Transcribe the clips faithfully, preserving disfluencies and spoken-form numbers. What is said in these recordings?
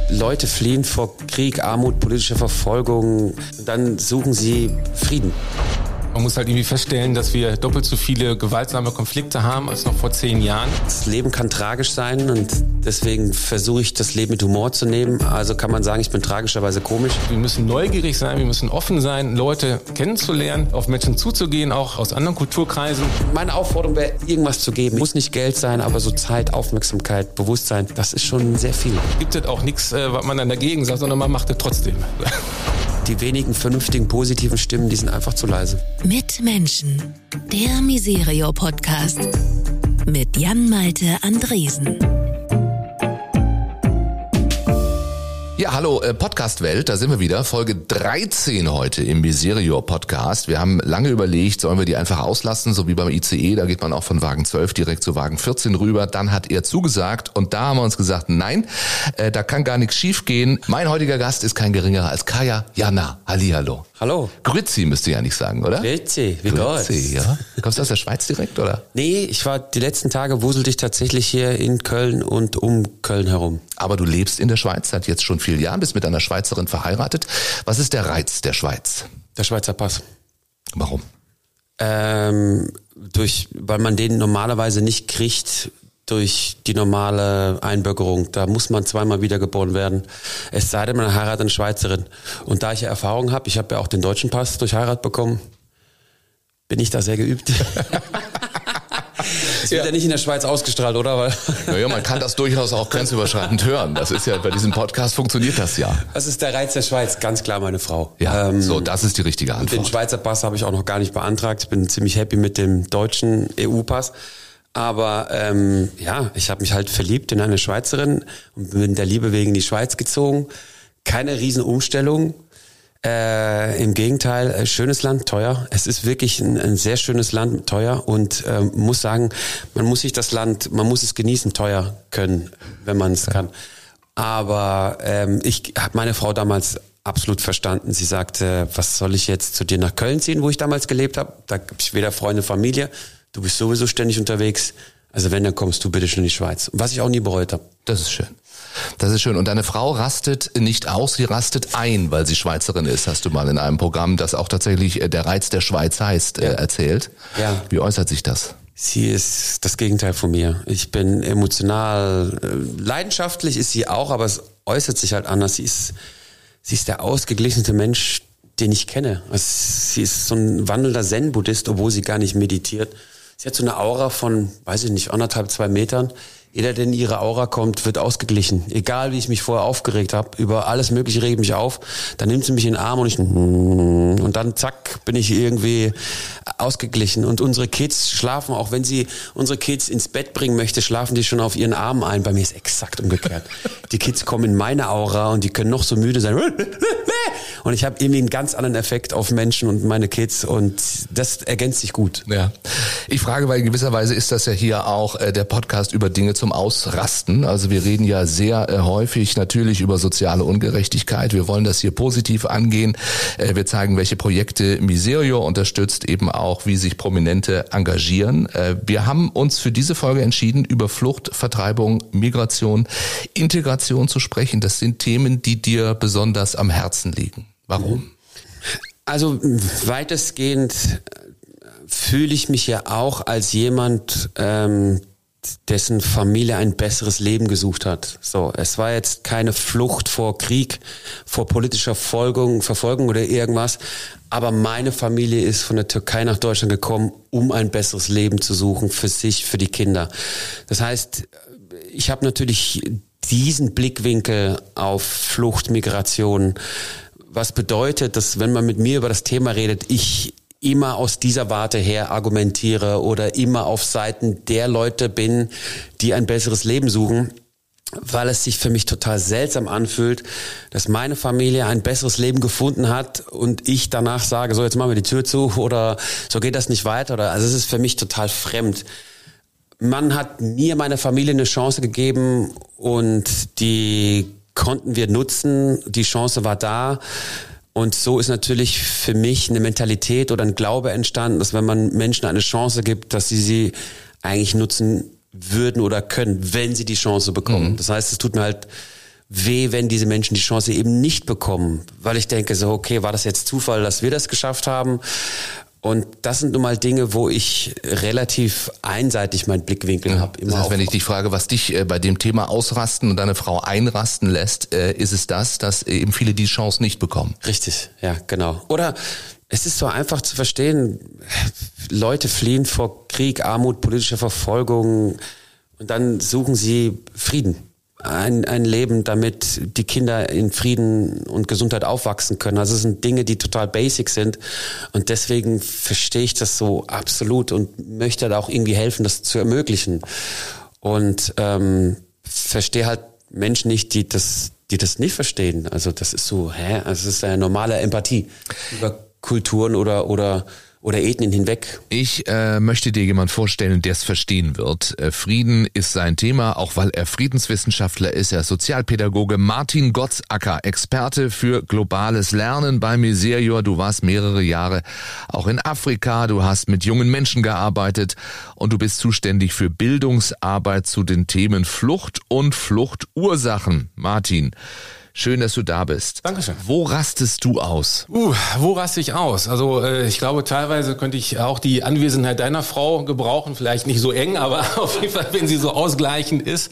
Leute fliehen vor Krieg, Armut, politischer Verfolgung. Dann suchen sie Frieden. Man muss halt irgendwie feststellen, dass wir doppelt so viele gewaltsame Konflikte haben als noch vor zehn Jahren. Das Leben kann tragisch sein und deswegen versuche ich, das Leben mit Humor zu nehmen. Also kann man sagen, ich bin tragischerweise komisch. Wir müssen neugierig sein, wir müssen offen sein, Leute kennenzulernen, auf Menschen zuzugehen, auch aus anderen Kulturkreisen. Meine Aufforderung wäre, irgendwas zu geben. Muss nicht Geld sein, aber so Zeit, Aufmerksamkeit, Bewusstsein, das ist schon sehr viel. Gibt es auch nichts, was man dann dagegen sagt, sondern man macht es trotzdem. Die wenigen vernünftigen, positiven Stimmen, die sind einfach zu leise. Mit Menschen, der Miserio-Podcast mit Jan-Malte Andresen. Ja, hallo, äh, Podcast-Welt, da sind wir wieder. Folge dreizehn heute im Miserio-Podcast. Wir haben lange überlegt, sollen wir die einfach auslassen, so wie beim I C E, da geht man auch von Wagen zwölf direkt zu Wagen vierzehn rüber. Dann hat er zugesagt und da haben wir uns gesagt, nein, äh, da kann gar nichts schief gehen. Mein heutiger Gast ist kein geringerer als Kaya Jana. Hallihallo. Hallo. Grüezi müsst ihr ja nicht sagen, oder? Grüezi, wie Grüezi, geht's? ja. Kommst du aus der Schweiz direkt, oder? Nee, ich war die letzten Tage wuselte ich tatsächlich hier in Köln und um Köln herum. Aber du lebst in der Schweiz seit jetzt schon vielen Jahren, bist mit einer Schweizerin verheiratet. Was ist der Reiz der Schweiz? Der Schweizer Pass. Warum? Ähm, durch, weil man den normalerweise nicht kriegt durch die normale Einbürgerung. Da muss man zweimal wiedergeboren werden. Es sei denn, man heiratet eine Schweizerin. Und da ich ja Erfahrung habe, ich habe ja auch den deutschen Pass durch Heirat bekommen, bin ich da sehr geübt. Es wird ja. ja nicht in der Schweiz ausgestrahlt, oder? Weil naja, man kann das durchaus auch grenzüberschreitend hören. Das ist ja, bei diesem Podcast funktioniert das ja. Was ist der Reiz der Schweiz? Ganz klar, meine Frau. Ja, ähm, so, das ist die richtige Antwort. Den Schweizer Pass habe ich auch noch gar nicht beantragt. Ich bin ziemlich happy mit dem deutschen E U-Pass. Aber ähm, ja, ich habe mich halt verliebt in eine Schweizerin und bin der Liebe wegen in die Schweiz gezogen. Keine Riesenumstellung. Äh, im Gegenteil, äh, schönes Land, teuer. Es ist wirklich ein, ein sehr schönes Land, teuer und äh, muss sagen, man muss sich das Land, man muss es genießen, teuer können, wenn man es ja. kann. Aber ähm, ich habe meine Frau damals absolut verstanden. Sie sagte, was soll ich jetzt zu dir nach Köln ziehen, wo ich damals gelebt habe? Da habe ich weder Freunde, Familie. Du bist sowieso ständig unterwegs. Also wenn, dann kommst du bitte schon in die Schweiz. Was ich auch nie bereut habe. Das ist schön. Das ist schön. Und deine Frau rastet nicht aus, sie rastet ein, weil sie Schweizerin ist, hast du mal in einem Programm, das auch tatsächlich der Reiz der Schweiz heißt, ja. äh, erzählt. Ja. Wie äußert sich das? Sie ist das Gegenteil von mir. Ich bin emotional, äh, leidenschaftlich ist sie auch, aber es äußert sich halt anders. Sie ist, sie ist der ausgeglichenste Mensch, den ich kenne. Also sie ist so ein wandelnder Zen-Buddhist, obwohl sie gar nicht meditiert. Sie hat so eine Aura von, weiß ich nicht, anderthalb, zwei Metern. Jeder, der in ihre Aura kommt, wird ausgeglichen. Egal, wie ich mich vorher aufgeregt habe, über alles Mögliche rege ich mich auf. Dann nimmt sie mich in den Arm und ich und dann zack, bin ich irgendwie ausgeglichen. Und unsere Kids schlafen, auch wenn sie unsere Kids ins Bett bringen möchte, schlafen die schon auf ihren Armen ein. Bei mir ist exakt umgekehrt. Die Kids kommen in meine Aura und die können noch so müde sein. Und ich habe irgendwie einen ganz anderen Effekt auf Menschen und meine Kids und das ergänzt sich gut. Ja, ich frage, weil in gewisser Weise ist das ja hier auch äh, der Podcast über Dinge zum Ausrasten. Also wir reden ja sehr äh, häufig natürlich über soziale Ungerechtigkeit. Wir wollen das hier positiv angehen. Äh, wir zeigen, welche Projekte Miserio unterstützt, eben auch, wie sich Prominente engagieren. Äh, wir haben uns für diese Folge entschieden, über Flucht, Vertreibung, Migration, Integration zu sprechen. Das sind Themen, die dir besonders am Herzen liegen. Warum? Also weitestgehend fühle ich mich ja auch als jemand, ähm, dessen Familie ein besseres Leben gesucht hat. So, es war jetzt keine Flucht vor Krieg, vor politischer Verfolgung, Verfolgung oder irgendwas, aber meine Familie ist von der Türkei nach Deutschland gekommen, um ein besseres Leben zu suchen für sich, für die Kinder. Das heißt, ich habe natürlich diesen Blickwinkel auf Flucht, Migration, was bedeutet, dass wenn man mit mir über das Thema redet, ich immer aus dieser Warte her argumentiere oder immer auf Seiten der Leute bin, die ein besseres Leben suchen, weil es sich für mich total seltsam anfühlt, dass meine Familie ein besseres Leben gefunden hat und ich danach sage, so jetzt machen wir die Tür zu oder so geht das nicht weiter. Oder also es ist für mich total fremd. Man hat mir, meiner Familie eine Chance gegeben und die konnten wir nutzen, die Chance war da und so ist natürlich für mich eine Mentalität oder ein Glaube entstanden, dass wenn man Menschen eine Chance gibt, dass sie sie eigentlich nutzen würden oder können, wenn sie die Chance bekommen. Mhm. Das heißt, es tut mir halt weh, wenn diese Menschen die Chance eben nicht bekommen, weil ich denke so, okay, war das jetzt Zufall, dass wir das geschafft haben? Und das sind nun mal Dinge, wo ich relativ einseitig meinen Blickwinkel ja, habe. Das heißt, wenn ich dich frage, was dich äh, bei dem Thema ausrasten und deine Frau einrasten lässt, äh, ist es das, dass eben viele die Chance nicht bekommen. Richtig, ja, genau. Oder es ist so einfach zu verstehen, Leute fliehen vor Krieg, Armut, politischer Verfolgung und dann suchen sie Frieden. Ein, ein Leben, damit die Kinder in Frieden und Gesundheit aufwachsen können. Also es sind Dinge, die total basic sind und deswegen verstehe ich das so absolut und möchte da auch irgendwie helfen, das zu ermöglichen. Und ähm, verstehe halt Menschen nicht, die das, die das nicht verstehen. Also das ist so, hä? Also es ist eine normale Empathie über Kulturen oder oder oder Ethnien hinweg. Ich äh, möchte dir jemand vorstellen, der es verstehen wird. Äh, Frieden ist sein Thema, auch weil er Friedenswissenschaftler ist. Er ist Sozialpädagoge. Martin Gotzacker, Experte für globales Lernen bei Miserior. Du warst mehrere Jahre auch in Afrika. Du hast mit jungen Menschen gearbeitet und du bist zuständig für Bildungsarbeit zu den Themen Flucht und Fluchtursachen. Martin, schön, dass du da bist. Dankeschön. Wo rastest du aus? Uh, wo raste ich aus? Also äh, ich glaube, teilweise könnte ich auch die Anwesenheit deiner Frau gebrauchen. Vielleicht nicht so eng, aber auf jeden Fall, wenn sie so ausgleichend ist.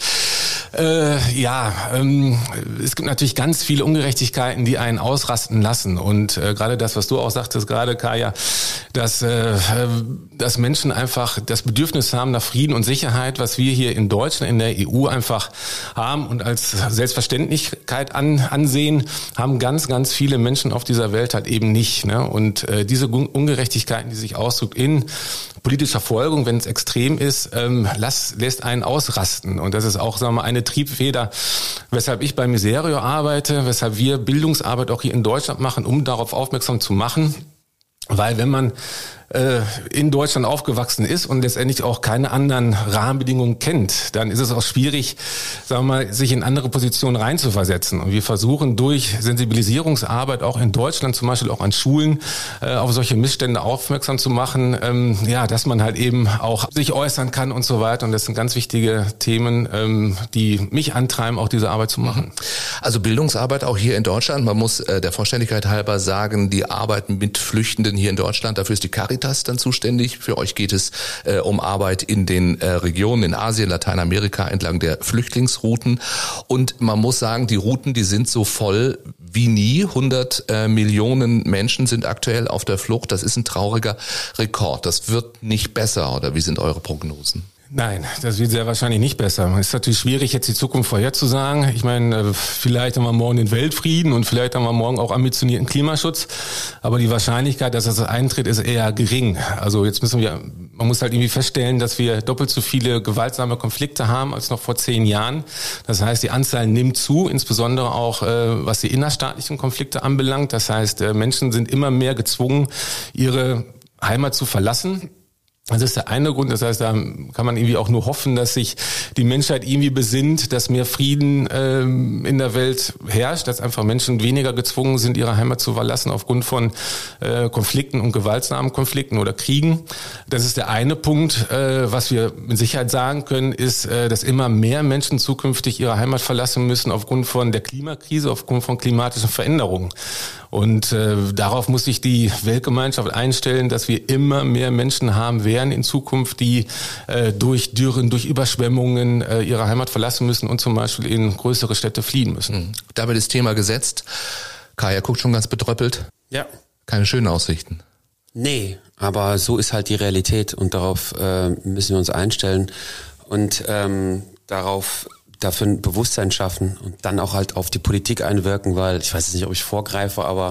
Äh, ja, ähm, es gibt natürlich ganz viele Ungerechtigkeiten, die einen ausrasten lassen. Und äh, gerade das, was du auch sagtest, gerade Kaya, dass, äh, dass Menschen einfach das Bedürfnis haben nach Frieden und Sicherheit, was wir hier in Deutschland, in der E U einfach haben und als Selbstverständlichkeit an, ansehen, haben ganz, ganz viele Menschen auf dieser Welt halt eben nicht. Ne? Und äh, diese Ungerechtigkeiten, die sich ausdrückt in politischer Folgung, wenn es extrem ist, ähm, lass, lässt einen ausrasten. Und das ist auch, sagen wir mal, eine Triebfeder, weshalb ich bei Miserior arbeite, weshalb wir Bildungsarbeit auch hier in Deutschland machen, um darauf aufmerksam zu machen. Weil wenn man äh, in Deutschland aufgewachsen ist und letztendlich auch keine anderen Rahmenbedingungen kennt, dann ist es auch schwierig, sagen wir mal, sich in andere Positionen reinzuversetzen. Und wir versuchen durch Sensibilisierungsarbeit auch in Deutschland, zum Beispiel auch an Schulen, äh, auf solche Missstände aufmerksam zu machen, ähm, ja, dass man halt eben auch sich äußern kann und so weiter. Und das sind ganz wichtige Themen, ähm, die mich antreiben, auch diese Arbeit zu machen. Also Bildungsarbeit auch hier in Deutschland. Man muss äh, der Vollständigkeit halber sagen, die Arbeit mit Flüchtenden hier in Deutschland, dafür ist die Caritas dann zuständig. Für euch geht es äh, um Arbeit in den äh, Regionen in Asien, Lateinamerika entlang der Flüchtlingsrouten. Und man muss sagen, die Routen, die sind so voll wie nie. hundert äh, Millionen Menschen sind aktuell auf der Flucht. Das ist ein trauriger Rekord. Das wird nicht besser, oder wie sind eure Prognosen? Nein, das wird sehr wahrscheinlich nicht besser. Es ist natürlich schwierig, jetzt die Zukunft vorherzusagen. Ich meine, vielleicht haben wir morgen den Weltfrieden und vielleicht haben wir morgen auch ambitionierten Klimaschutz. Aber die Wahrscheinlichkeit, dass das eintritt, ist eher gering. Also jetzt müssen wir, man muss halt irgendwie feststellen, dass wir doppelt so viele gewaltsame Konflikte haben als noch vor zehn Jahren. Das heißt, die Anzahl nimmt zu, insbesondere auch, was die innerstaatlichen Konflikte anbelangt. Das heißt, Menschen sind immer mehr gezwungen, ihre Heimat zu verlassen. Das ist der eine Grund, das heißt, da kann man irgendwie auch nur hoffen, dass sich die Menschheit irgendwie besinnt, dass mehr Frieden ähm, in der Welt herrscht, dass einfach Menschen weniger gezwungen sind, ihre Heimat zu verlassen aufgrund von äh, Konflikten und gewaltsamen Konflikten oder Kriegen. Das ist der eine Punkt. Äh, was wir mit Sicherheit sagen können, ist, äh, dass immer mehr Menschen zukünftig ihre Heimat verlassen müssen aufgrund von der Klimakrise, aufgrund von klimatischen Veränderungen. Und äh, darauf muss sich die Weltgemeinschaft einstellen, dass wir immer mehr Menschen haben werden in Zukunft, die äh, durch Dürren, durch Überschwemmungen äh, ihre Heimat verlassen müssen und zum Beispiel in größere Städte fliehen müssen. Damit ist Thema gesetzt. Kaya guckt schon ganz betröppelt. Ja. Keine schönen Aussichten. Nee, aber so ist halt die Realität und darauf äh, müssen wir uns einstellen und ähm, darauf dafür ein Bewusstsein schaffen und dann auch halt auf die Politik einwirken, weil ich weiß jetzt nicht, ob ich vorgreife, aber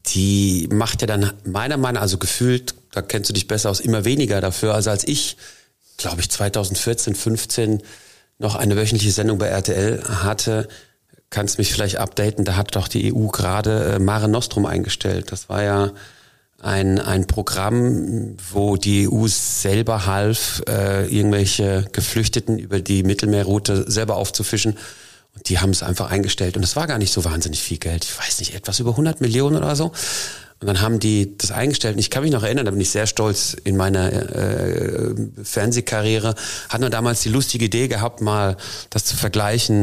die macht ja dann meiner Meinung nach, also gefühlt, da kennst du dich besser aus, immer weniger dafür, also als ich, glaube ich, zwanzig vierzehn, fünfzehn noch eine wöchentliche Sendung bei R T L hatte, kannst mich vielleicht updaten, da hat doch die E U gerade äh, Mare Nostrum eingestellt. Das war ja ein ein Programm, wo die E U selber half, äh, irgendwelche Geflüchteten über die Mittelmeerroute selber aufzufischen. Und die haben es einfach eingestellt. Und es war gar nicht so wahnsinnig viel Geld. Ich weiß nicht, etwas über hundert Millionen oder so. Und dann haben die das eingestellt. Und ich kann mich noch erinnern, da bin ich sehr stolz in meiner äh, Fernsehkarriere, hatten wir damals die lustige Idee gehabt, mal das zu vergleichen,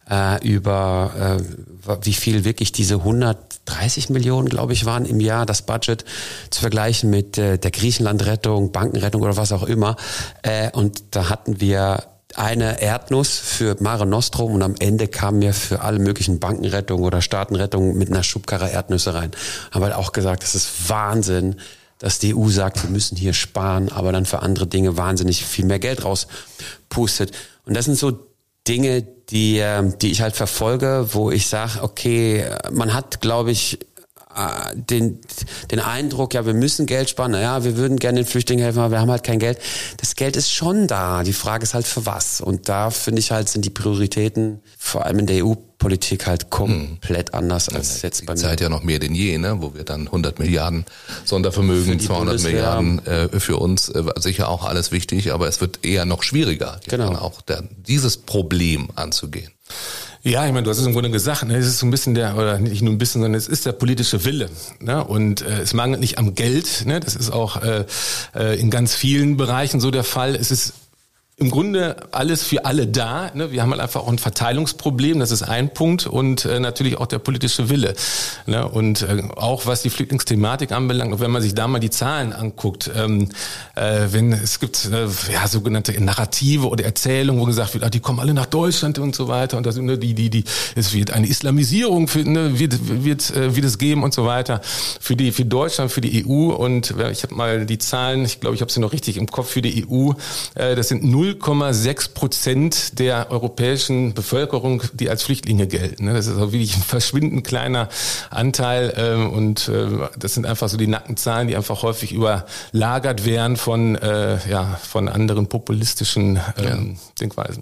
äh, über äh, wie viel wirklich diese hundertdreißig Millionen, glaube ich, waren im Jahr das Budget zu vergleichen mit äh, der Griechenland-Rettung, Bankenrettung oder was auch immer. Äh, und da hatten wir eine Erdnuss für Mare Nostrum und am Ende kamen wir für alle möglichen Bankenrettungen oder Staatenrettungen mit einer Schubkarre Erdnüsse rein. Haben halt auch gesagt, das ist Wahnsinn, dass die E U sagt, wir müssen hier sparen, aber dann für andere Dinge wahnsinnig viel mehr Geld rauspustet. Und das sind so Dinge, die, die ich halt verfolge, wo ich sage, okay, man hat, glaube ich, den den Eindruck, ja, wir müssen Geld sparen, ja, wir würden gerne den Flüchtlingen helfen, aber wir haben halt kein Geld. Das Geld ist schon da, die Frage ist halt für was. Und da finde ich halt, sind die Prioritäten, vor allem in der E U-Politik, halt komplett hm. anders als ja, jetzt bei mir. Zeit ja noch mehr denn je, ne, wo wir dann hundert Milliarden Sondervermögen, zweihundert Milliarden äh, für uns, äh, sicher auch alles wichtig, aber es wird eher noch schwieriger, genau. dann auch der, dieses Problem anzugehen. Ja, ich meine, du hast es im Grunde gesagt, ne? Es ist so ein bisschen der, oder nicht nur ein bisschen, sondern es ist der politische Wille. Ne? Und äh, es mangelt nicht am Geld, ne? Das ist auch äh, äh, in ganz vielen Bereichen so der Fall. Es ist im Grunde alles für alle da. Ne? Wir haben halt einfach auch ein Verteilungsproblem, das ist ein Punkt, und äh, natürlich auch der politische Wille. Ne? Und äh, auch was die Flüchtlingsthematik anbelangt, wenn man sich da mal die Zahlen anguckt, ähm, äh, wenn es gibt äh, ja sogenannte Narrative oder Erzählungen, wo gesagt wird, ah, die kommen alle nach Deutschland und so weiter, und das, ne, die die die es wird eine Islamisierung für, ne, wird wird äh, wird es geben und so weiter für die für Deutschland, für die E U. Und äh, ich habe mal die Zahlen, ich glaube, ich habe sie noch richtig im Kopf, für die E U, äh, das sind null Komma sechs Prozent der europäischen Bevölkerung, die als Flüchtlinge gelten. Das ist auch wirklich ein verschwindend kleiner Anteil, und das sind einfach so die nackten Zahlen, die einfach häufig überlagert werden von ja von anderen populistischen ähm, ja. Denkweisen.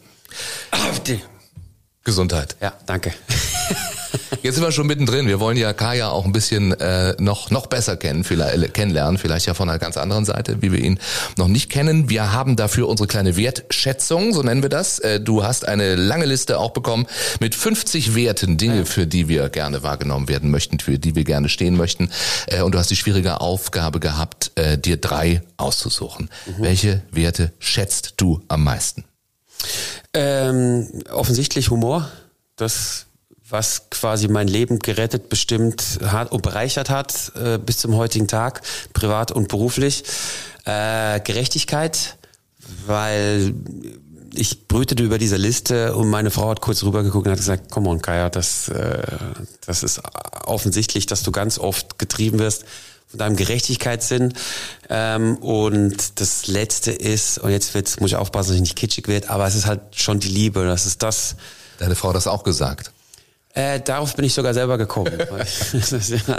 Gesundheit. Ja, danke. Jetzt sind wir schon mittendrin. Wir wollen ja Kaya auch ein bisschen äh, noch noch besser kennen, vielleicht kennenlernen, vielleicht ja von einer ganz anderen Seite, wie wir ihn noch nicht kennen. Wir haben dafür unsere kleine Wertschätzung, so nennen wir das. Äh, du hast eine lange Liste auch bekommen mit fünfzig Werten, Dinge, ja. für die wir gerne wahrgenommen werden möchten, für die wir gerne stehen möchten. Äh, und du hast die schwierige Aufgabe gehabt, äh, dir drei auszusuchen. Mhm. Welche Werte schätzt du am meisten? Ähm, offensichtlich Humor. Das was quasi mein Leben gerettet, bestimmt hat und bereichert hat äh, bis zum heutigen Tag, privat und beruflich. Äh, Gerechtigkeit, weil ich brütete über diese Liste und meine Frau hat kurz rübergeguckt und hat gesagt, come on Kaya, das, äh, das ist offensichtlich, dass du ganz oft getrieben wirst von deinem Gerechtigkeitssinn. Ähm, und das Letzte ist, und jetzt wird's, muss ich aufpassen, dass ich nicht kitschig werde, aber es ist halt schon die Liebe. Das ist das. Deine Frau hat das auch gesagt? Äh, darauf bin ich sogar selber gekommen. also,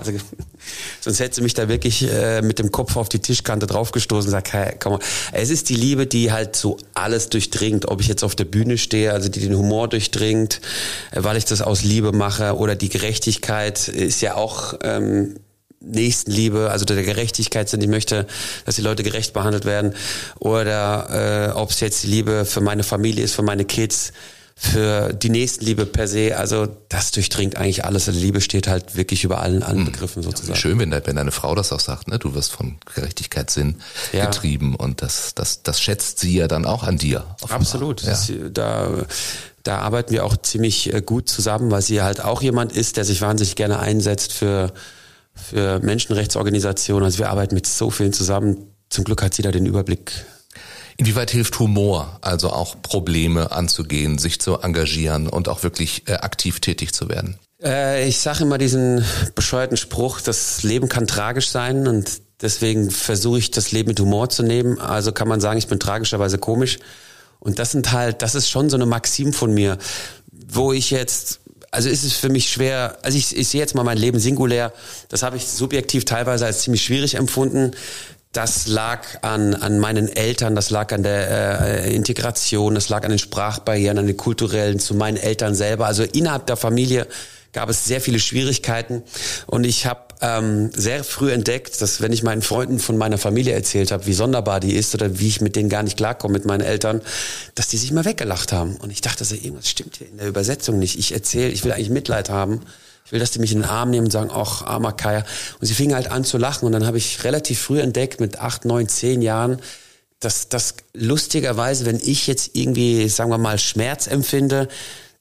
sonst hätte sie mich da wirklich äh, mit dem Kopf auf die Tischkante draufgestoßen und gesagt, hey, komm mal. Es ist die Liebe, die halt so alles durchdringt, ob ich jetzt auf der Bühne stehe, also die den Humor durchdringt, äh, weil ich das aus Liebe mache, oder die Gerechtigkeit ist ja auch ähm, Nächstenliebe, also der Gerechtigkeit sind, ich möchte, dass die Leute gerecht behandelt werden, oder äh, ob es jetzt die Liebe für meine Familie ist, für meine Kids, für die Nächstenliebe per se, also das durchdringt eigentlich alles. Also Liebe steht halt wirklich über allen, allen Begriffen sozusagen. Ja, schön, wenn, wenn deine Frau das auch sagt, ne? Du wirst von Gerechtigkeitssinn ja. getrieben, und das, das, das schätzt sie ja dann auch an dir. Absolut. Ja. Das, da, da arbeiten wir auch ziemlich gut zusammen, weil sie halt auch jemand ist, der sich wahnsinnig gerne einsetzt für, für Menschenrechtsorganisationen. Also wir arbeiten mit so vielen zusammen. Zum Glück hat sie da den Überblick. Inwieweit hilft Humor, also auch Probleme anzugehen, sich zu engagieren und auch wirklich äh, aktiv tätig zu werden? Äh, ich sage immer diesen bescheuerten Spruch, das Leben kann tragisch sein, und deswegen versuche ich, das Leben mit Humor zu nehmen. Also kann man sagen, ich bin tragischerweise komisch. Und das sind halt, das ist schon so eine Maxim von mir, wo ich jetzt... Also ist es für mich schwer, also ich, ich sehe jetzt mal mein Leben singulär, das habe ich subjektiv teilweise als ziemlich schwierig empfunden. Das lag an an meinen Eltern, das lag an der äh, Integration, das lag an den Sprachbarrieren, an den kulturellen, zu meinen Eltern selber. Also innerhalb der Familie gab es sehr viele Schwierigkeiten, und ich habe ähm, sehr früh entdeckt, dass wenn ich meinen Freunden von meiner Familie erzählt habe, wie sonderbar die ist oder wie ich mit denen gar nicht klarkomme, mit meinen Eltern, dass die sich mal weggelacht haben. Und ich dachte so, irgendwas stimmt hier in der Übersetzung nicht. Ich erzähle, ich will eigentlich Mitleid haben. Ich will, dass die mich in den Arm nehmen und sagen, ach, armer Kaya. Und sie fingen halt an zu lachen, und dann habe ich relativ früh entdeckt, mit acht, neun, zehn Jahren, dass das lustigerweise, wenn ich jetzt irgendwie, sagen wir mal, Schmerz empfinde,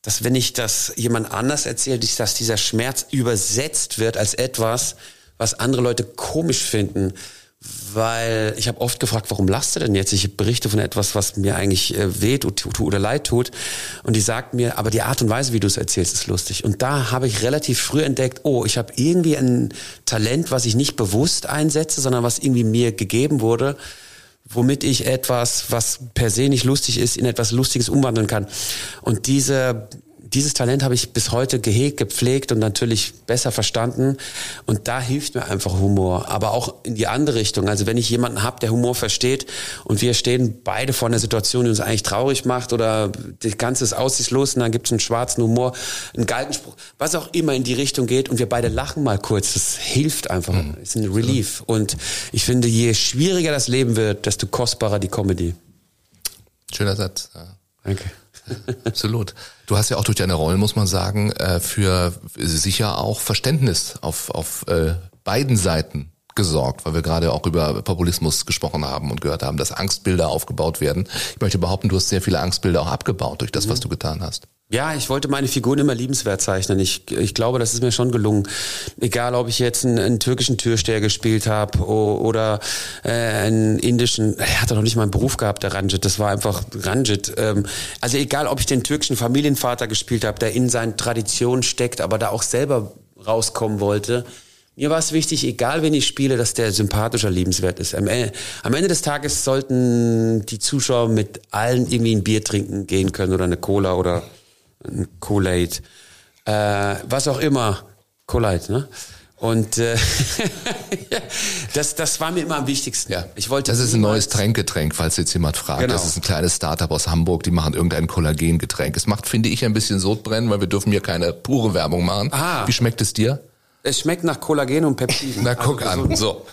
dass wenn ich das jemand anders erzähle, dass dieser Schmerz übersetzt wird als etwas, was andere Leute komisch finden. Weil ich habe oft gefragt, warum lachst du denn jetzt? Ich berichte von etwas, was mir eigentlich äh, weh tut, tut oder leid tut. Und die sagt mir, aber die Art und Weise, wie du es erzählst, ist lustig. Und da habe ich relativ früh entdeckt, oh, ich habe irgendwie ein Talent, was ich nicht bewusst einsetze, sondern was irgendwie mir gegeben wurde, womit ich etwas, was per se nicht lustig ist, in etwas Lustiges umwandeln kann. Und diese... Dieses Talent habe ich bis heute gehegt, gepflegt und natürlich besser verstanden. Und da hilft mir einfach Humor. Aber auch in die andere Richtung. Also wenn ich jemanden habe, der Humor versteht und wir stehen beide vor einer Situation, die uns eigentlich traurig macht oder das Ganze ist aussichtslos und dann gibt es einen schwarzen Humor, einen Galgenspruch, was auch immer in die Richtung geht und wir beide lachen mal kurz. Das hilft einfach. Mhm. Ist ein Relief. Und ich finde, je schwieriger das Leben wird, desto kostbarer die Comedy. Schöner Satz. Ja. Danke. Absolut. Du hast ja auch durch deine Rollen, muss man sagen, für sicher auch Verständnis auf, auf beiden Seiten gesorgt, weil wir gerade auch über Populismus gesprochen haben und gehört haben, dass Angstbilder aufgebaut werden. Ich möchte behaupten, du hast sehr viele Angstbilder auch abgebaut durch das, was du getan hast. Ja, ich wollte meine Figuren immer liebenswert zeichnen. Ich, ich glaube, das ist mir schon gelungen. Egal, ob ich jetzt einen, einen türkischen Türsteher gespielt habe oder äh, einen indischen, er hat doch noch nicht mal einen Beruf gehabt, der Ranjit, das war einfach Ranjit. Ähm, also egal, ob ich den türkischen Familienvater gespielt habe, der in seinen Traditionen steckt, aber da auch selber rauskommen wollte. Mir war es wichtig, egal wen ich spiele, dass der sympathischer, liebenswert ist. Am Ende, am Ende des Tages sollten die Zuschauer mit allen irgendwie ein Bier trinken gehen können oder eine Cola oder ein Kool-Aid, äh, was auch immer, Kool-Aid, ne? Und äh, das, das war mir immer am wichtigsten. Ja. Ich wollte das ist ein neues Tränkgetränk, falls jetzt jemand fragt. Genau. Das ist ein kleines Startup aus Hamburg, die machen irgendein Kollagengetränk. Es macht, finde ich, ein bisschen Sodbrennen, weil wir dürfen hier keine pure Werbung machen. Ah. Wie schmeckt es dir? Es schmeckt nach Kollagen und Peptiden. Na, guck also, an, so.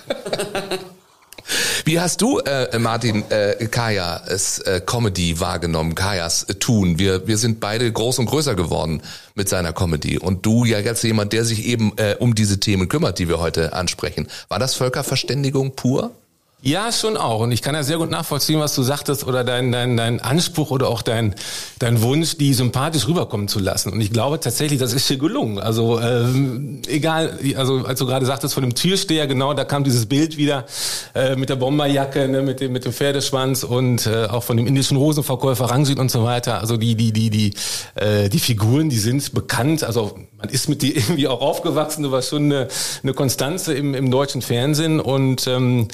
Wie hast du, äh, Martin, äh, Kajas äh, Comedy wahrgenommen, Kajas äh, Tun? Wir wir sind beide groß und größer geworden mit seiner Comedy. Und du ja jetzt jemand, der sich eben äh, um diese Themen kümmert, die wir heute ansprechen. War das Völkerverständigung pur? Ja, schon auch. Und ich kann ja sehr gut nachvollziehen, was du sagtest, oder dein, dein, dein Anspruch oder auch dein, dein Wunsch, die sympathisch rüberkommen zu lassen. Und ich glaube tatsächlich, das ist dir gelungen. Also ähm, egal, also als du gerade sagtest von dem Türsteher, genau, da kam dieses Bild wieder äh, mit der Bomberjacke, ne, mit dem mit dem Pferdeschwanz und äh, auch von dem indischen Rosenverkäufer Ranjit und so weiter. Also die die die die äh, die Figuren, die sind bekannt. Also man ist mit dir irgendwie auch aufgewachsen. Du warst schon eine, eine Konstanze im, im deutschen Fernsehen und ähm,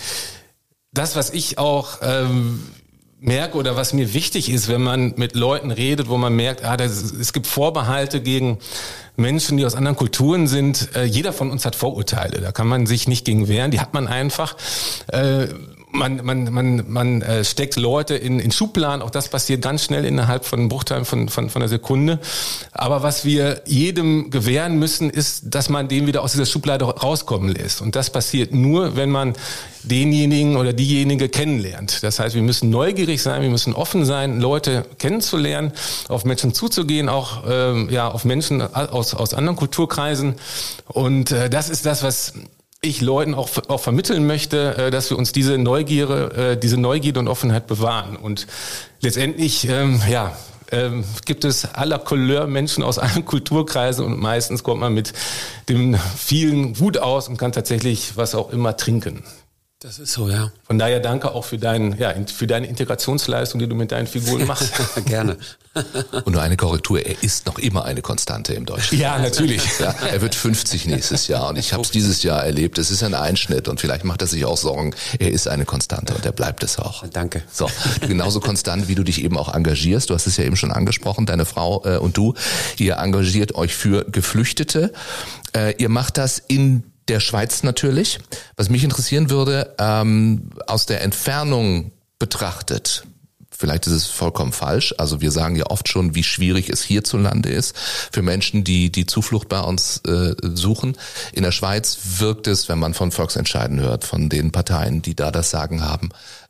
das, was ich auch ähm, merke oder was mir wichtig ist, wenn man mit Leuten redet, wo man merkt, ah, das, es gibt Vorbehalte gegen Menschen, die aus anderen Kulturen sind. Äh, jeder von uns hat Vorurteile, da kann man sich nicht gegen wehren, die hat man einfach. Äh, Man, man, man, man äh, steckt Leute in, in Schubladen, auch das passiert ganz schnell innerhalb von Bruchteilen von, von, von einer Sekunde. Aber was wir jedem gewähren müssen, ist, dass man den wieder aus dieser Schublade rauskommen lässt. Und das passiert nur, wenn man denjenigen oder diejenige kennenlernt. Das heißt, wir müssen neugierig sein, wir müssen offen sein, Leute kennenzulernen, auf Menschen zuzugehen, auch ähm, ja auf Menschen aus, aus anderen Kulturkreisen. Und äh, das ist das, was ich Leuten auch, auch vermitteln möchte, dass wir uns diese Neugierde, diese Neugierde und Offenheit bewahren. Und letztendlich, ähm, ja, ähm, gibt es aller Couleur Menschen aus allen Kulturkreisen und meistens kommt man mit dem vielen gut aus und kann tatsächlich was auch immer trinken. Das ist so, ja. Von daher danke auch für, dein, ja, für deine Integrationsleistung, die du mit deinen Figuren machst. Gerne. Und nur eine Korrektur, er ist noch immer eine Konstante im Deutschen. Ja, natürlich. Ja, er wird fünfzig nächstes Jahr und ich habe es dieses Jahr erlebt. Es ist ein Einschnitt und vielleicht macht er sich auch Sorgen. Er ist eine Konstante und er bleibt es auch. Danke. So, genauso konstant, wie du dich eben auch engagierst. Du hast es ja eben schon angesprochen, deine Frau äh, und du. Ihr engagiert euch für Geflüchtete. Äh, ihr macht das in der Schweiz natürlich. Was mich interessieren würde, ähm, aus der Entfernung betrachtet, vielleicht ist es vollkommen falsch, also wir sagen ja oft schon, wie schwierig es hierzulande ist für Menschen, die die Zuflucht bei uns äh, suchen. In der Schweiz wirkt es, wenn man von Volksentscheiden hört, von den Parteien, die da das Sagen haben,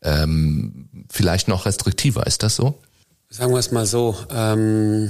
ähm, vielleicht noch restriktiver. Ist das so? Sagen wir es mal so, ähm,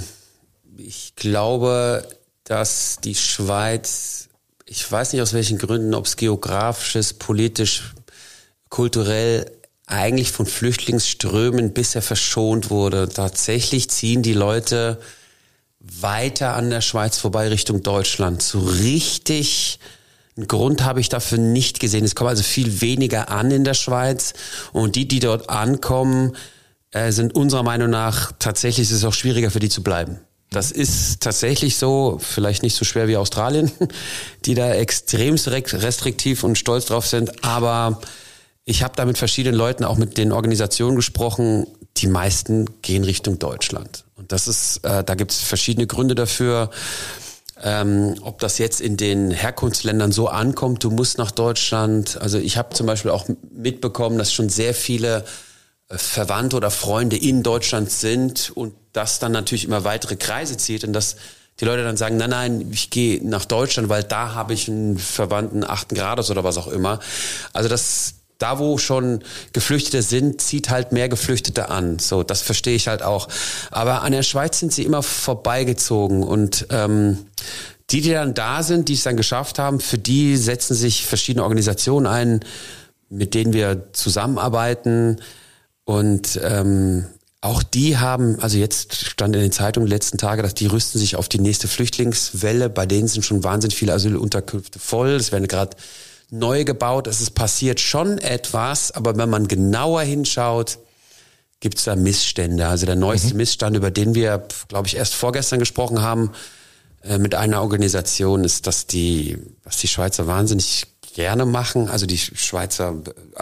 ich glaube, dass die Schweiz, ich weiß nicht aus welchen Gründen, ob es geografisches, politisch, kulturell eigentlich von Flüchtlingsströmen bisher verschont wurde. Tatsächlich ziehen die Leute weiter an der Schweiz vorbei Richtung Deutschland. So richtig einen Grund habe ich dafür nicht gesehen. Es kommen also viel weniger an in der Schweiz und die, die dort ankommen, äh, sind unserer Meinung nach tatsächlich, ist es auch schwieriger für die zu bleiben. Das ist tatsächlich so, vielleicht nicht so schwer wie Australien, die da extremst restriktiv und stolz drauf sind, aber ich habe da mit verschiedenen Leuten, auch mit den Organisationen gesprochen, die meisten gehen Richtung Deutschland. Und das ist, äh, da gibt es verschiedene Gründe dafür, ähm, ob das jetzt in den Herkunftsländern so ankommt, du musst nach Deutschland. Also ich habe zum Beispiel auch mitbekommen, dass schon sehr viele äh, Verwandte oder Freunde in Deutschland sind und das dann natürlich immer weitere Kreise zieht und dass die Leute dann sagen, nein, nein, ich gehe nach Deutschland, weil da habe ich einen Verwandten achten Grades oder was auch immer. Also das Da, wo schon Geflüchtete sind, zieht halt mehr Geflüchtete an. So, das verstehe ich halt auch. Aber an der Schweiz sind sie immer vorbeigezogen. Und ähm, die, die dann da sind, die es dann geschafft haben, für die setzen sich verschiedene Organisationen ein, mit denen wir zusammenarbeiten. Und ähm, auch die haben, also jetzt stand in den Zeitungen die letzten Tage, dass die rüsten sich auf die nächste Flüchtlingswelle. Bei denen sind schon wahnsinnig viele Asylunterkünfte voll. Es werden gerade neu gebaut, es ist passiert schon etwas, aber wenn man genauer hinschaut, gibt es da Missstände. Also der neueste mhm. Missstand, über den wir, glaube ich, erst vorgestern gesprochen haben, äh, mit einer Organisation, ist, dass die, was die Schweizer wahnsinnig gerne machen, also die Schweizer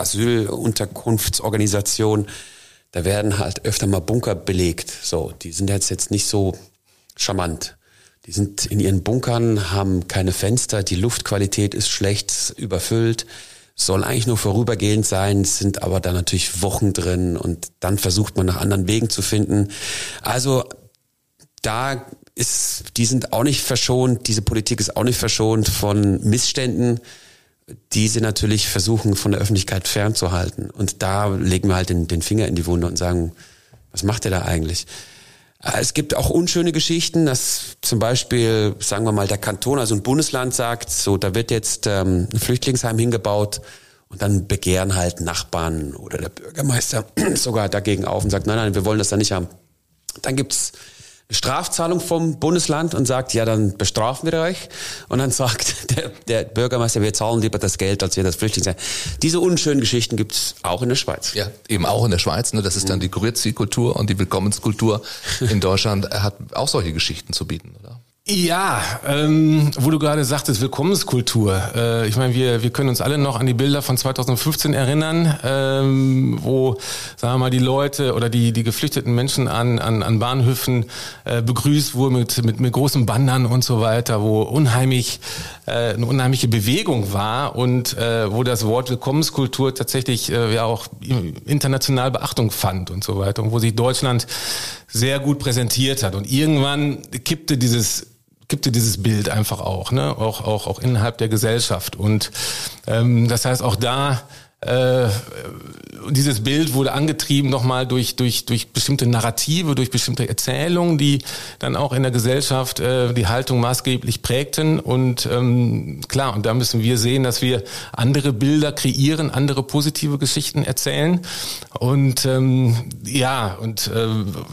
Asylunterkunftsorganisation, da werden halt öfter mal Bunker belegt. So, die sind jetzt jetzt nicht so charmant. Die sind in ihren Bunkern, haben keine Fenster, die Luftqualität ist schlecht, überfüllt, soll eigentlich nur vorübergehend sein, sind aber da natürlich Wochen drin und dann versucht man nach anderen Wegen zu finden. Also da ist, die sind auch nicht verschont, diese Politik ist auch nicht verschont von Missständen, die sie natürlich versuchen von der Öffentlichkeit fernzuhalten. Und da legen wir halt den, den Finger in die Wunde und sagen, was macht ihr da eigentlich? Es gibt auch unschöne Geschichten, dass zum Beispiel, sagen wir mal, der Kanton, also ein Bundesland sagt, so, da wird jetzt ähm, ein Flüchtlingsheim hingebaut und dann begehren halt Nachbarn oder der Bürgermeister sogar dagegen auf und sagt, nein, nein, wir wollen das da nicht haben. Dann gibt's eine Strafzahlung vom Bundesland und sagt, ja, dann bestrafen wir euch. Und dann sagt der, der Bürgermeister, wir zahlen lieber das Geld, als wir das Flüchtlingsheim. Diese unschönen Geschichten gibt's auch in der Schweiz. Ja, eben auch in der Schweiz. Ne? Das ist dann die Grüezi-Kultur und die Willkommenskultur in Deutschland hat auch solche Geschichten zu bieten, oder? Ja, ähm, wo du gerade sagtest, Willkommenskultur. Äh, ich meine, wir wir können uns alle noch an die Bilder von zweitausendfünfzehn erinnern, ähm, wo, sagen wir mal, die Leute oder die die geflüchteten Menschen an an an Bahnhöfen äh, begrüßt wurden mit mit mit großen Bannern und so weiter, wo unheimlich äh, eine unheimliche Bewegung war und äh, wo das Wort Willkommenskultur tatsächlich äh, ja auch international Beachtung fand und so weiter und wo sich Deutschland sehr gut präsentiert hat. Und irgendwann kippte dieses kippte dieses Bild einfach auch, ne, auch auch auch innerhalb der Gesellschaft. Und ähm, das heißt auch da äh, dieses Bild wurde angetrieben nochmal durch durch durch bestimmte Narrative, durch bestimmte Erzählungen, die dann auch in der Gesellschaft äh, die Haltung maßgeblich prägten. Und ähm, klar, und da müssen wir sehen, dass wir andere Bilder kreieren, andere positive Geschichten erzählen. Und ähm, ja, und äh,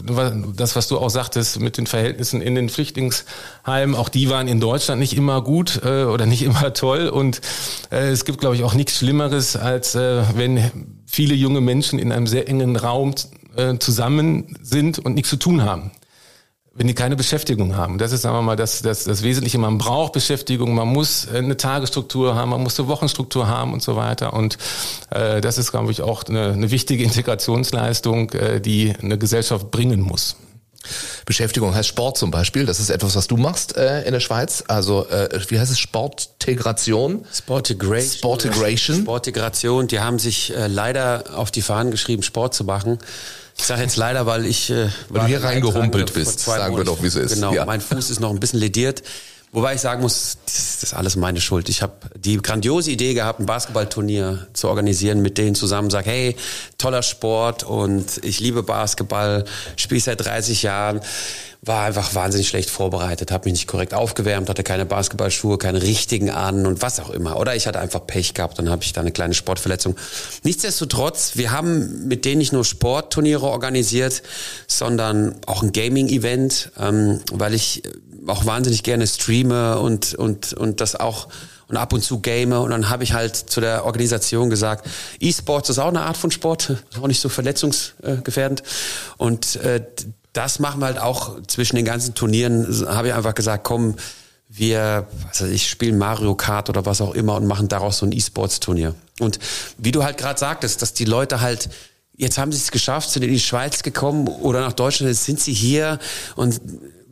das, was du auch sagtest mit den Verhältnissen in den Flüchtlingsheimen, auch die waren in Deutschland nicht immer gut äh, oder nicht immer toll. Und äh, es gibt, glaube ich, auch nichts Schlimmeres, als äh, wenn viele junge Menschen in einem sehr engen Raum äh, zusammen sind und nichts zu tun haben. Wenn die keine Beschäftigung haben. Das ist, sagen wir mal, das, das, das Wesentliche. Man braucht Beschäftigung, man muss eine Tagesstruktur haben, man muss eine Wochenstruktur haben und so weiter. Und äh, das ist, glaube ich, auch eine, eine wichtige Integrationsleistung, äh, die eine Gesellschaft bringen muss. Beschäftigung heißt Sport zum Beispiel. Das ist etwas, was du machst äh, in der Schweiz. Also äh, wie heißt es? Sportegration? Sportegration. Sportegration. Sportegration. Die haben sich äh, leider auf die Fahnen geschrieben, Sport zu machen. Ich sage jetzt leider, weil ich äh, weil du hier reingehumpelt bist. Sagen wir doch, wie es ist. Genau. Ja. Mein Fuß ist noch ein bisschen lediert. Wobei ich sagen muss, das ist alles meine Schuld. Ich habe die grandiose Idee gehabt, ein Basketballturnier zu organisieren, mit denen zusammen sage, hey, toller Sport und ich liebe Basketball, spiele seit dreißig Jahren. war einfach wahnsinnig schlecht vorbereitet, habe mich nicht korrekt aufgewärmt, hatte keine Basketballschuhe, keine richtigen an und was auch immer. Oder ich hatte einfach Pech gehabt, dann habe ich da eine kleine Sportverletzung. Nichtsdestotrotz, wir haben mit denen nicht nur Sportturniere organisiert, sondern auch ein Gaming-Event, ähm, weil ich auch wahnsinnig gerne streame und und und das auch und ab und zu game. Und dann habe ich halt zu der Organisation gesagt, E-Sports ist auch eine Art von Sport, auch nicht so verletzungsgefährdend. Und äh, das machen wir halt auch zwischen den ganzen Turnieren, habe ich einfach gesagt, komm, wir, was weiß ich, spielen Mario Kart oder was auch immer und machen daraus so ein E-Sports-Turnier. Und wie du halt gerade sagtest, dass die Leute halt, jetzt haben sie es geschafft, sind in die Schweiz gekommen oder nach Deutschland, jetzt sind sie hier und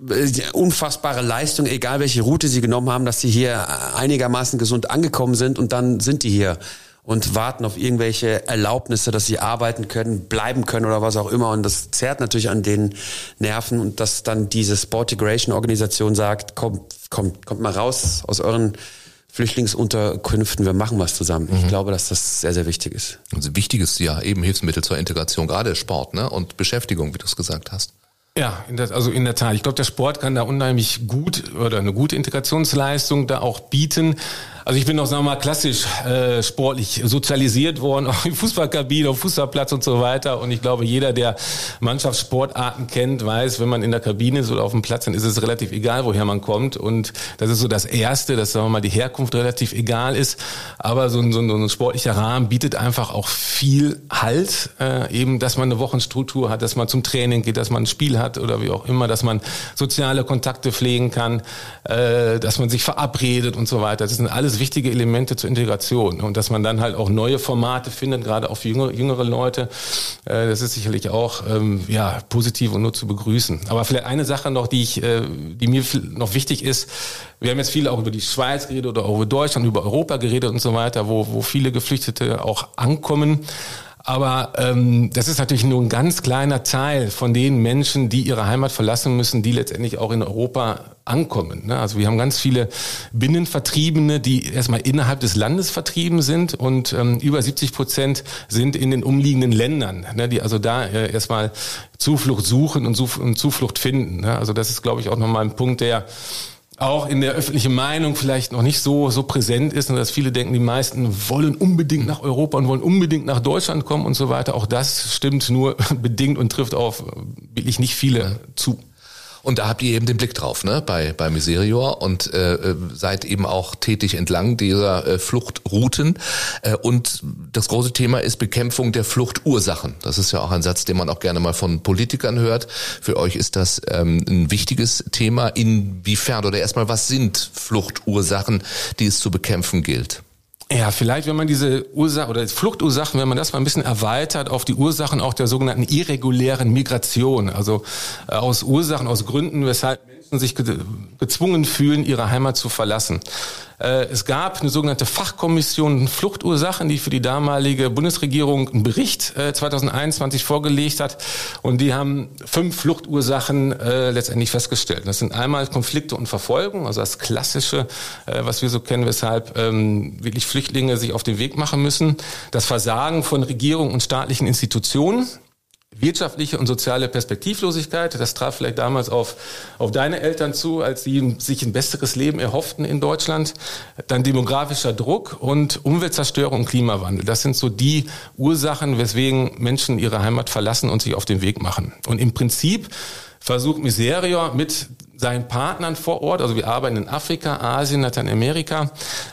unfassbare Leistung, egal welche Route sie genommen haben, dass sie hier einigermaßen gesund angekommen sind und dann sind die hier und warten auf irgendwelche Erlaubnisse, dass sie arbeiten können, bleiben können oder was auch immer. Und das zerrt natürlich an den Nerven und dass dann diese Sportigration-Organisation sagt, kommt, kommt, kommt mal raus aus euren Flüchtlingsunterkünften, wir machen was zusammen. Mhm. Ich glaube, dass das sehr, sehr wichtig ist. Also wichtig ist ja eben Hilfsmittel zur Integration, gerade Sport, ne? Und Beschäftigung, wie du es gesagt hast. Ja, in der, also in der Tat. Ich glaube, der Sport kann da unheimlich gut oder eine gute Integrationsleistung da auch bieten. Also ich bin auch, sagen wir mal, klassisch äh, sportlich sozialisiert worden, auch im Fußballkabine, auf Fußballplatz und so weiter. Und ich glaube, jeder, der Mannschaftssportarten kennt, weiß, wenn man in der Kabine ist oder auf dem Platz, dann ist es relativ egal, woher man kommt. Und das ist so das Erste, dass, sagen wir mal, die Herkunft relativ egal ist. Aber so ein, so ein, so ein sportlicher Rahmen bietet einfach auch viel Halt, äh, eben, dass man eine Wochenstruktur hat, dass man zum Training geht, dass man ein Spiel hat oder wie auch immer, dass man soziale Kontakte pflegen kann, äh, dass man sich verabredet und so weiter. Das sind alles wichtige Elemente zur Integration und dass man dann halt auch neue Formate findet, gerade auch für jüngere, jüngere Leute. Äh, das ist sicherlich auch ähm, ja positiv und nur zu begrüßen. Aber vielleicht eine Sache noch, die ich, äh, die mir noch wichtig ist. Wir haben jetzt viel auch über die Schweiz geredet oder auch über Deutschland, über Europa geredet und so weiter, wo, wo viele Geflüchtete auch ankommen. Aber ähm, das ist natürlich nur ein ganz kleiner Teil von den Menschen, die ihre Heimat verlassen müssen, die letztendlich auch in Europa ankommen. Ne? Also wir haben ganz viele Binnenvertriebene, die erstmal innerhalb des Landes vertrieben sind und ähm, über siebzig Prozent sind in den umliegenden Ländern, ne? Die also da äh, erstmal Zuflucht suchen und, Zuf- und Zuflucht finden. Ne? Also das ist, glaube ich, auch nochmal ein Punkt, der auch in der öffentlichen Meinung vielleicht noch nicht so so präsent ist und dass viele denken, die meisten wollen unbedingt nach Europa und wollen unbedingt nach Deutschland kommen und so weiter. Auch das stimmt nur bedingt und trifft auf wirklich nicht viele zu. Und da habt ihr eben den Blick drauf, ne, bei bei Miserior und äh, seid eben auch tätig entlang dieser äh, Fluchtrouten. Äh, und das große Thema ist Bekämpfung der Fluchtursachen. Das ist ja auch ein Satz, den man auch gerne mal von Politikern hört. Für euch ist das ähm, ein wichtiges Thema. Inwiefern oder erstmal, was sind Fluchtursachen, die es zu bekämpfen gilt? Ja, vielleicht, wenn man diese Ursachen oder Fluchtursachen, wenn man das mal ein bisschen erweitert auf die Ursachen auch der sogenannten irregulären Migration, also äh, aus Ursachen, aus Gründen, weshalb Menschen sich ge- gezwungen fühlen, ihre Heimat zu verlassen. Äh, es gab eine sogenannte Fachkommission Fluchtursachen, die für die damalige Bundesregierung einen Bericht äh, zwanzig einundzwanzig vorgelegt hat und die haben fünf Fluchtursachen äh, letztendlich festgestellt. Das sind einmal Konflikte und Verfolgung, also das Klassische, äh, was wir so kennen, weshalb ähm, wirklich Flüchtlinge sich auf den Weg machen müssen. Das Versagen von Regierung und staatlichen Institutionen. Wirtschaftliche und soziale Perspektivlosigkeit, das traf vielleicht damals auf, auf deine Eltern zu, als sie sich ein besseres Leben erhofften in Deutschland. Dann demografischer Druck und Umweltzerstörung und Klimawandel. Das sind so die Ursachen, weswegen Menschen ihre Heimat verlassen und sich auf den Weg machen. Und im Prinzip versucht Miserior mit seinen Partnern vor Ort, also wir arbeiten in Afrika, Asien, Lateinamerika,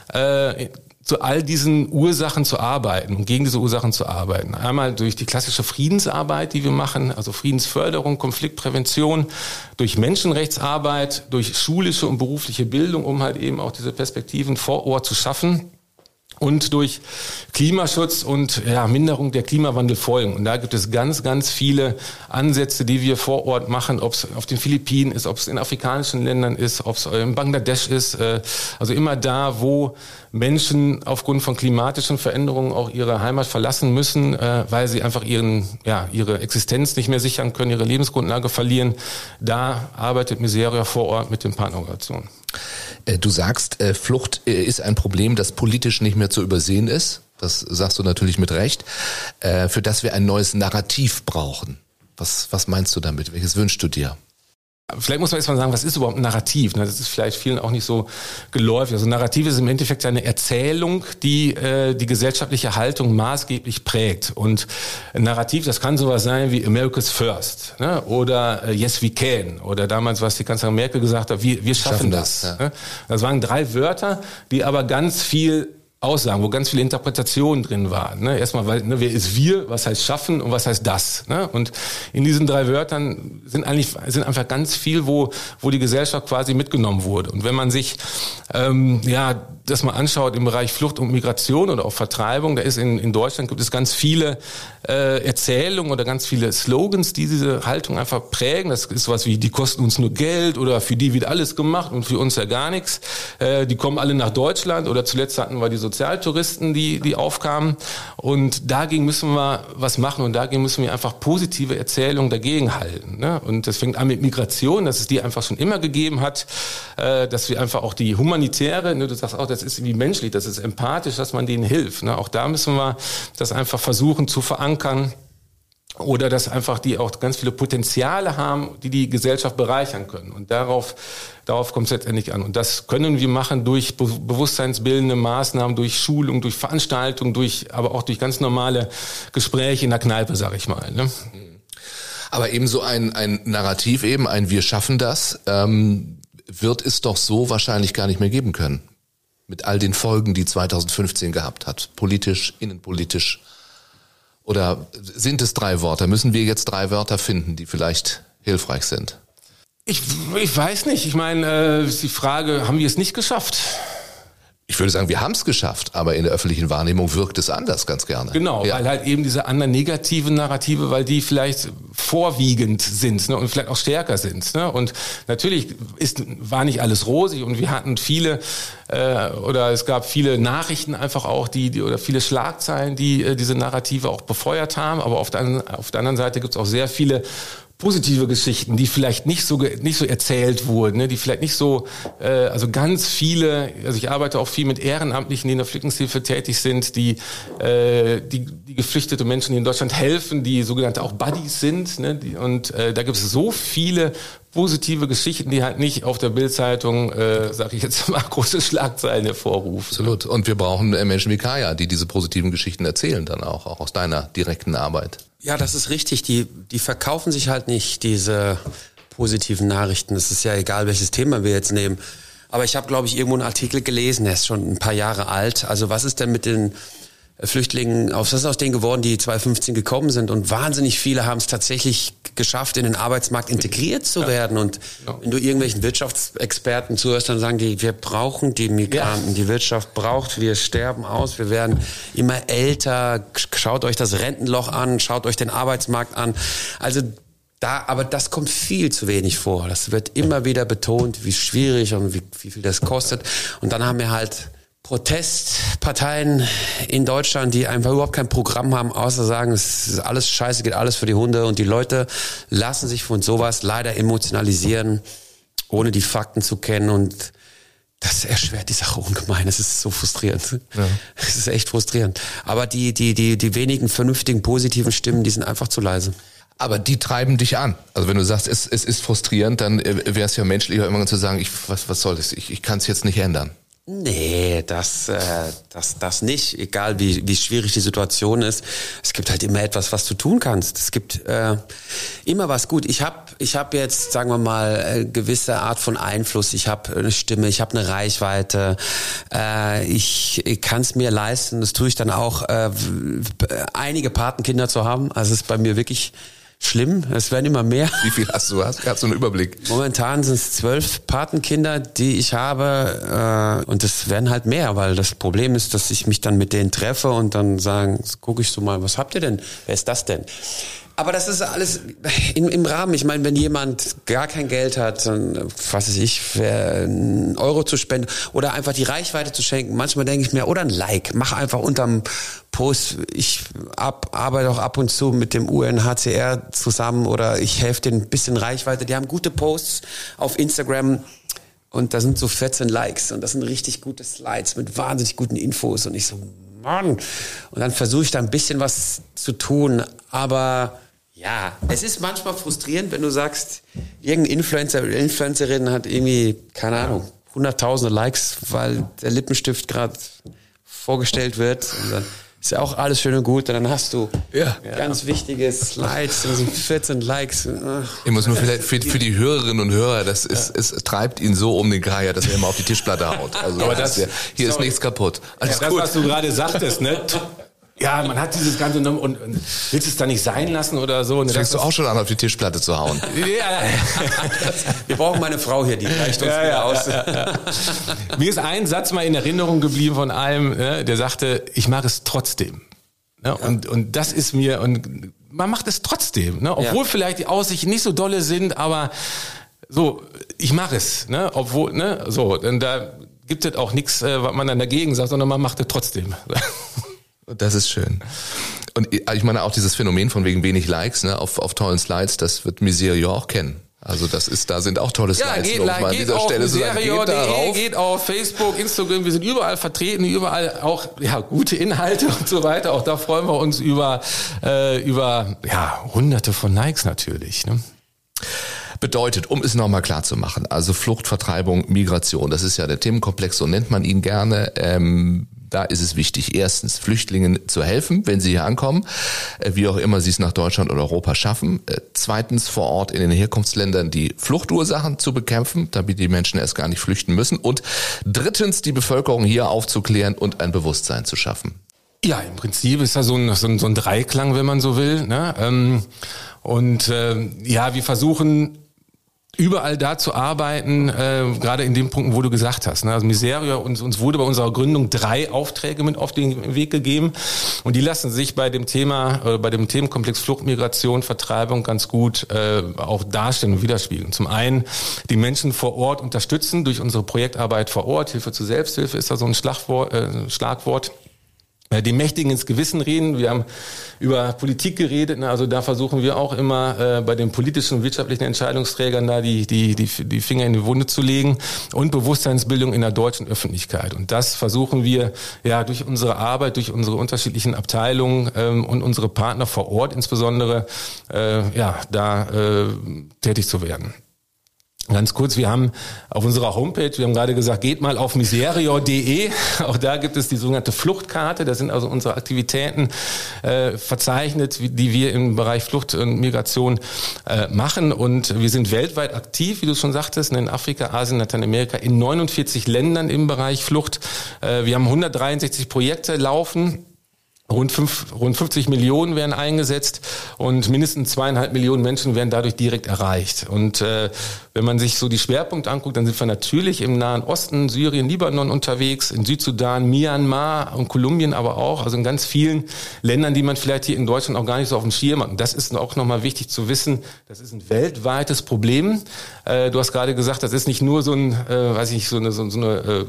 äh, zu all diesen Ursachen zu arbeiten und gegen diese Ursachen zu arbeiten. Einmal durch die klassische Friedensarbeit, die wir machen, also Friedensförderung, Konfliktprävention, durch Menschenrechtsarbeit, durch schulische und berufliche Bildung, um halt eben auch diese Perspektiven vor Ort zu schaffen. Und durch Klimaschutz und ja, Minderung der Klimawandelfolgen. Und da gibt es ganz, ganz viele Ansätze, die wir vor Ort machen, ob es auf den Philippinen ist, ob es in afrikanischen Ländern ist, ob es in Bangladesch ist. Also immer da, wo Menschen aufgrund von klimatischen Veränderungen auch ihre Heimat verlassen müssen, weil sie einfach ihren, ja, ihre Existenz nicht mehr sichern können, ihre Lebensgrundlage verlieren. Da arbeitet Miserior vor Ort mit den Partnerorganisationen. Du sagst, Flucht ist ein Problem, das politisch nicht mehr zu übersehen ist. Das sagst du natürlich mit Recht. Für das wir ein neues Narrativ brauchen. Was, was meinst du damit? Welches wünschst du dir? Vielleicht muss man erstmal sagen, was ist überhaupt ein Narrativ? Das ist vielleicht vielen auch nicht so geläufig. Also Narrativ ist im Endeffekt eine Erzählung, die äh, die gesellschaftliche Haltung maßgeblich prägt. Und ein Narrativ, das kann sowas sein wie America's First, ne? Oder äh, Yes We Can oder damals, was die Kanzlerin Merkel gesagt hat, wir, wir schaffen, schaffen das. das ja. Ne? Das waren drei Wörter, die aber ganz viel Aussagen, wo ganz viele Interpretationen drin waren. Ne? Erstmal, weil, ne, wer ist wir, was heißt schaffen und was heißt das? Ne? Und in diesen drei Wörtern sind eigentlich sind einfach ganz viel, wo wo die Gesellschaft quasi mitgenommen wurde. Und wenn man sich ähm, ja das mal anschaut im Bereich Flucht und Migration oder auch Vertreibung, da ist in in Deutschland gibt es ganz viele äh, Erzählungen oder ganz viele Slogans, die diese Haltung einfach prägen. Das ist sowas wie, die kosten uns nur Geld oder für die wird alles gemacht und für uns ja gar nichts. Äh, die kommen alle nach Deutschland oder zuletzt hatten wir die Sozialtouristen, die die aufkamen. Und dagegen müssen wir was machen und dagegen müssen wir einfach positive Erzählungen dagegen halten. Ne? Und das fängt an mit Migration, dass es die einfach schon immer gegeben hat, äh, dass wir einfach auch die humanitäre, ne, du sagst auch, das ist irgendwie menschlich, das ist empathisch, dass man denen hilft. Ne? Auch da müssen wir das einfach versuchen zu verankern. Oder dass einfach die auch ganz viele Potenziale haben, die die Gesellschaft bereichern können. Und darauf, darauf kommt es letztendlich an. Und das können wir machen durch be- bewusstseinsbildende Maßnahmen, durch Schulung, durch Veranstaltungen, durch, aber auch durch ganz normale Gespräche in der Kneipe, sag ich mal. Ne? Aber eben so ein, ein Narrativ eben, ein Wir schaffen das, ähm, wird es doch so wahrscheinlich gar nicht mehr geben können. Mit all den Folgen, die zweitausendfünfzehn gehabt hat. Politisch, innenpolitisch. Oder sind es drei Wörter? Müssen wir jetzt drei Wörter finden, die vielleicht hilfreich sind? Ich, ich weiß nicht. Ich meine, äh, ist die Frage, haben wir es nicht geschafft? Ich würde sagen, wir haben es geschafft, aber in der öffentlichen Wahrnehmung wirkt es anders ganz gerne. Genau, ja. Weil halt eben diese anderen negativen Narrative, weil die vielleicht vorwiegend sind, ne, und vielleicht auch stärker sind. Ne? Und natürlich ist, war nicht alles rosig und wir hatten viele äh, oder es gab viele Nachrichten einfach auch, die, die oder viele Schlagzeilen, die äh, diese Narrative auch befeuert haben. Aber auf der, auf der anderen Seite gibt es auch sehr viele positive Geschichten, die vielleicht nicht so nicht so erzählt wurden, ne, die vielleicht nicht so, äh, also ganz viele, also ich arbeite auch viel mit Ehrenamtlichen, die in der Flüchtlingshilfe tätig sind, die äh, die, die geflüchtete Menschen, die in Deutschland helfen, die sogenannte auch Buddies sind, ne, die, und äh, da gibt es so viele positive Geschichten, die halt nicht auf der Bild-Zeitung, äh, sage ich jetzt mal, große Schlagzeilen hervorrufen. Absolut. Und wir brauchen äh, Menschen wie Kaya, die diese positiven Geschichten erzählen dann auch, auch aus deiner direkten Arbeit. Ja, das ist richtig. Die, die verkaufen sich halt nicht, diese positiven Nachrichten. Es ist ja egal, welches Thema wir jetzt nehmen. Aber ich habe, glaube ich, irgendwo einen Artikel gelesen, der ist schon ein paar Jahre alt. Also was ist denn mit den Flüchtlingen, was ist aus denen geworden, die zweitausendfünfzehn gekommen sind? Und wahnsinnig viele haben es tatsächlich geschafft, in den Arbeitsmarkt integriert zu ja. werden. Und ja. wenn du irgendwelchen Wirtschaftsexperten zuhörst, dann sagen die, wir brauchen die Migranten, ja. die Wirtschaft braucht, wir sterben aus, wir werden immer älter, schaut euch das Rentenloch an, schaut euch den Arbeitsmarkt an. Also da, aber das kommt viel zu wenig vor. Das wird immer wieder betont, wie schwierig und wie, wie viel das kostet. Und dann haben wir halt Protestparteien in Deutschland, die einfach überhaupt kein Programm haben, außer sagen, es ist alles scheiße, geht alles für die Hunde. Und die Leute lassen sich von sowas leider emotionalisieren, ohne die Fakten zu kennen. Und das erschwert die Sache ungemein. Es ist so frustrierend. Ja. Es ist echt frustrierend. Aber die, die, die, die wenigen vernünftigen, positiven Stimmen, die sind einfach zu leise. Aber die treiben dich an. Also wenn du sagst, es, es ist frustrierend, dann wäre es ja menschlicher, irgendwann zu sagen, ich, was, was soll das? Ich, ich kann es jetzt nicht ändern. Nee, das, äh, das, das nicht. Egal wie, wie schwierig die Situation ist. Es gibt halt immer etwas, was du tun kannst. Es gibt äh, immer was. Gut, ich habe ich hab jetzt, sagen wir mal, eine gewisse Art von Einfluss. Ich habe eine Stimme, ich habe eine Reichweite. Äh, ich ich kann es mir leisten, das tue ich dann auch, äh, einige Patenkinder zu haben. Also es ist bei mir wirklich schlimm, es werden immer mehr. Wie viel hast du? Hast, hast du einen Überblick? Momentan sind es zwölf Patenkinder, die ich habe, äh, und es werden halt mehr, weil das Problem ist, dass ich mich dann mit denen treffe und dann sagen, gucke ich so mal, was habt ihr denn? Wer ist das denn? Aber das ist alles im, im Rahmen. Ich meine, wenn jemand gar kein Geld hat, dann, was weiß ich, einen Euro zu spenden oder einfach die Reichweite zu schenken. Manchmal denke ich mir, oder ein Like, mach einfach unterm Post. Ich ab, arbeite auch ab und zu mit dem U N H C R zusammen oder ich helfe denen ein bisschen Reichweite. Die haben gute Posts auf Instagram. Und da sind so vierzehn Likes und das sind richtig gute Slides mit wahnsinnig guten Infos. Und ich so, Mann. Und dann versuche ich da ein bisschen was zu tun, aber Ja, es ist manchmal frustrierend, wenn du sagst, irgendein Influencer oder Influencerin hat irgendwie, keine Ahnung, hunderttausende Likes, weil der Lippenstift gerade vorgestellt wird. Und dann ist ja auch alles schön und gut. Und dann hast du ja. ganz wichtige Slides, also vierzehn Likes. Ich muss nur vielleicht für, für die Hörerinnen und Hörer, das ist, ja. es treibt ihn so um den Geier, dass er immer auf die Tischplatte haut. Also aber das, das, hier sorry. ist nichts kaputt. Alles ja, gut. Das, was du gerade sagtest, ne? Ja, man hat dieses ganze und, und willst es da nicht sein lassen oder so. Das fängst du auch schon an, auf die Tischplatte zu hauen. Ja. Wir brauchen meine Frau hier, die reicht uns ja, wieder ja, aus. Ja, ja, ja. Mir ist ein Satz mal in Erinnerung geblieben von einem, ne, der sagte, ich mache es trotzdem. Ne, ja. Und und das ist mir, und man macht es trotzdem, ne, obwohl ja. vielleicht die Aussichten nicht so dolle sind, aber so, ich mache es, ne, obwohl, ne, so, denn da gibt es auch nichts, äh, was man dann dagegen sagt, sondern man macht es trotzdem. Das ist schön. Und ich meine auch dieses Phänomen von wegen wenig Likes, ne, auf, auf tollen Slides, das wird Miserio auch kennen. Also das ist, da sind auch tolle Slides. Ja, geht, um an geht dieser auf Stelle Miserio punkt de, geht auf Facebook, Instagram, wir sind überall vertreten, überall auch ja gute Inhalte und so weiter. Auch da freuen wir uns über äh, über ja hunderte von Likes natürlich. Ne? Bedeutet, um es nochmal klar zu machen, also Flucht, Vertreibung, Migration, das ist ja der Themenkomplex, so nennt man ihn gerne. Ähm, da ist es wichtig, erstens Flüchtlingen zu helfen, wenn sie hier ankommen, äh, wie auch immer sie es nach Deutschland oder Europa schaffen. Äh, zweitens vor Ort in den Herkunftsländern die Fluchtursachen zu bekämpfen, damit die Menschen erst gar nicht flüchten müssen. Und drittens die Bevölkerung hier aufzuklären und ein Bewusstsein zu schaffen. Ja, im Prinzip ist da so ein, so ein, so ein Dreiklang, wenn man so will. Ne? Ähm, und äh, ja, wir versuchen überall da zu arbeiten, äh, gerade in den Punkten, wo du gesagt hast. Ne? Also Miserio, uns, uns wurde bei unserer Gründung drei Aufträge mit auf den Weg gegeben und die lassen sich bei dem Thema, äh, bei dem Themenkomplex Flucht, Migration, Vertreibung ganz gut äh, auch darstellen und widerspiegeln. Zum einen die Menschen vor Ort unterstützen durch unsere Projektarbeit vor Ort, Hilfe zur Selbsthilfe ist da so ein Schlagwort. Äh, Schlagwort. Die Mächtigen ins Gewissen reden. Wir haben über Politik geredet. Also da versuchen wir auch immer äh, bei den politischen und wirtschaftlichen Entscheidungsträgern da die, die, die, die Finger in die Wunde zu legen und Bewusstseinsbildung in der deutschen Öffentlichkeit. Und das versuchen wir ja durch unsere Arbeit, durch unsere unterschiedlichen Abteilungen ähm, und unsere Partner vor Ort insbesondere äh, ja da äh, tätig zu werden. Ganz kurz, wir haben auf unserer Homepage, wir haben gerade gesagt, geht mal auf miserio punkt de, auch da gibt es die sogenannte Fluchtkarte, da sind also unsere Aktivitäten äh, verzeichnet, die wir im Bereich Flucht und Migration äh, machen und wir sind weltweit aktiv, wie du schon sagtest, in Afrika, Asien, Lateinamerika, in neunundvierzig Ländern im Bereich Flucht. Äh, wir haben hundertdreiundsechzig Projekte laufen. Rund, fünf, rund fünfzig Millionen werden eingesetzt und mindestens zweieinhalb Millionen Menschen werden dadurch direkt erreicht. Und äh, wenn man sich so die Schwerpunkte anguckt, dann sind wir natürlich im Nahen Osten, Syrien, Libanon unterwegs, in Südsudan, Myanmar und Kolumbien aber auch, also in ganz vielen Ländern, die man vielleicht hier in Deutschland auch gar nicht so auf dem Schirm hat. Und das ist auch nochmal wichtig zu wissen, das ist ein weltweites Problem. Äh, du hast gerade gesagt, das ist nicht nur so ein, äh, weiß ich, so eine, so, so eine äh,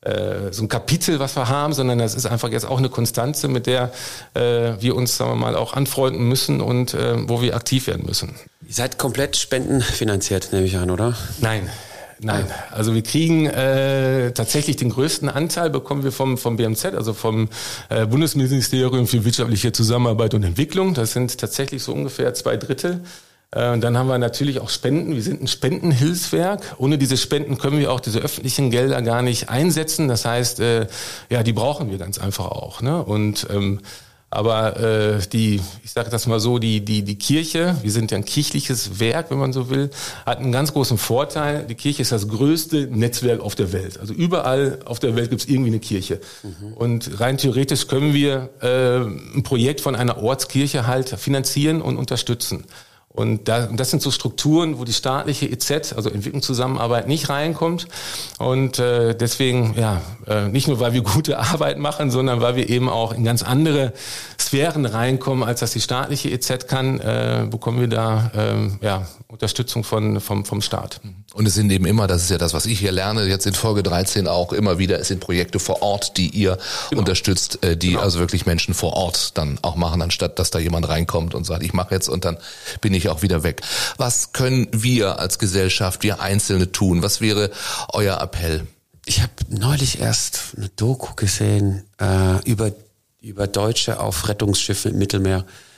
so ein Kapitel, was wir haben, sondern das ist einfach jetzt auch eine Konstanze, mit der äh, wir uns, sagen wir mal, auch anfreunden müssen und äh, wo wir aktiv werden müssen. Ihr seid komplett spendenfinanziert, nehme ich an, oder? Nein. Nein, also wir kriegen äh, tatsächlich den größten Anteil, bekommen wir vom vom B M Z, also vom äh, Bundesministerium für wirtschaftliche Zusammenarbeit und Entwicklung. Das sind tatsächlich so ungefähr zwei Drittel. Und dann haben wir natürlich auch Spenden. Wir sind ein Spendenhilfswerk. Ohne diese Spenden können wir auch diese öffentlichen Gelder gar nicht einsetzen. Das heißt, äh, ja, die brauchen wir ganz einfach auch. Ne? Und ähm, aber äh, die, ich sage das mal so, die die die Kirche, wir sind ja ein kirchliches Werk, wenn man so will, hat einen ganz großen Vorteil. Die Kirche ist das größte Netzwerk auf der Welt. Also überall auf der Welt gibt es irgendwie eine Kirche. Mhm. Und rein theoretisch können wir äh, ein Projekt von einer Ortskirche halt finanzieren und unterstützen. Und das sind so Strukturen, wo die staatliche E Z, also Entwicklungszusammenarbeit, nicht reinkommt. Und äh, deswegen, ja, äh, nicht nur, weil wir gute Arbeit machen, sondern weil wir eben auch in ganz andere Sphären reinkommen, als das die staatliche E Z kann, äh, bekommen wir da äh, ja, Unterstützung von, vom, vom Staat. Und es sind eben immer, das ist ja das, was ich hier lerne, jetzt in Folge dreizehn auch immer wieder, es sind Projekte vor Ort, die ihr genau. unterstützt, äh, die genau. also wirklich Menschen vor Ort dann auch machen, anstatt dass da jemand reinkommt und sagt, ich mache jetzt und dann bin ich auch wieder weg. Was können wir als Gesellschaft, wir Einzelne tun? Was wäre euer Appell? Ich habe neulich erst eine Doku gesehen äh, über über Deutsche auf Rettungsschiffen im Mittelmeer.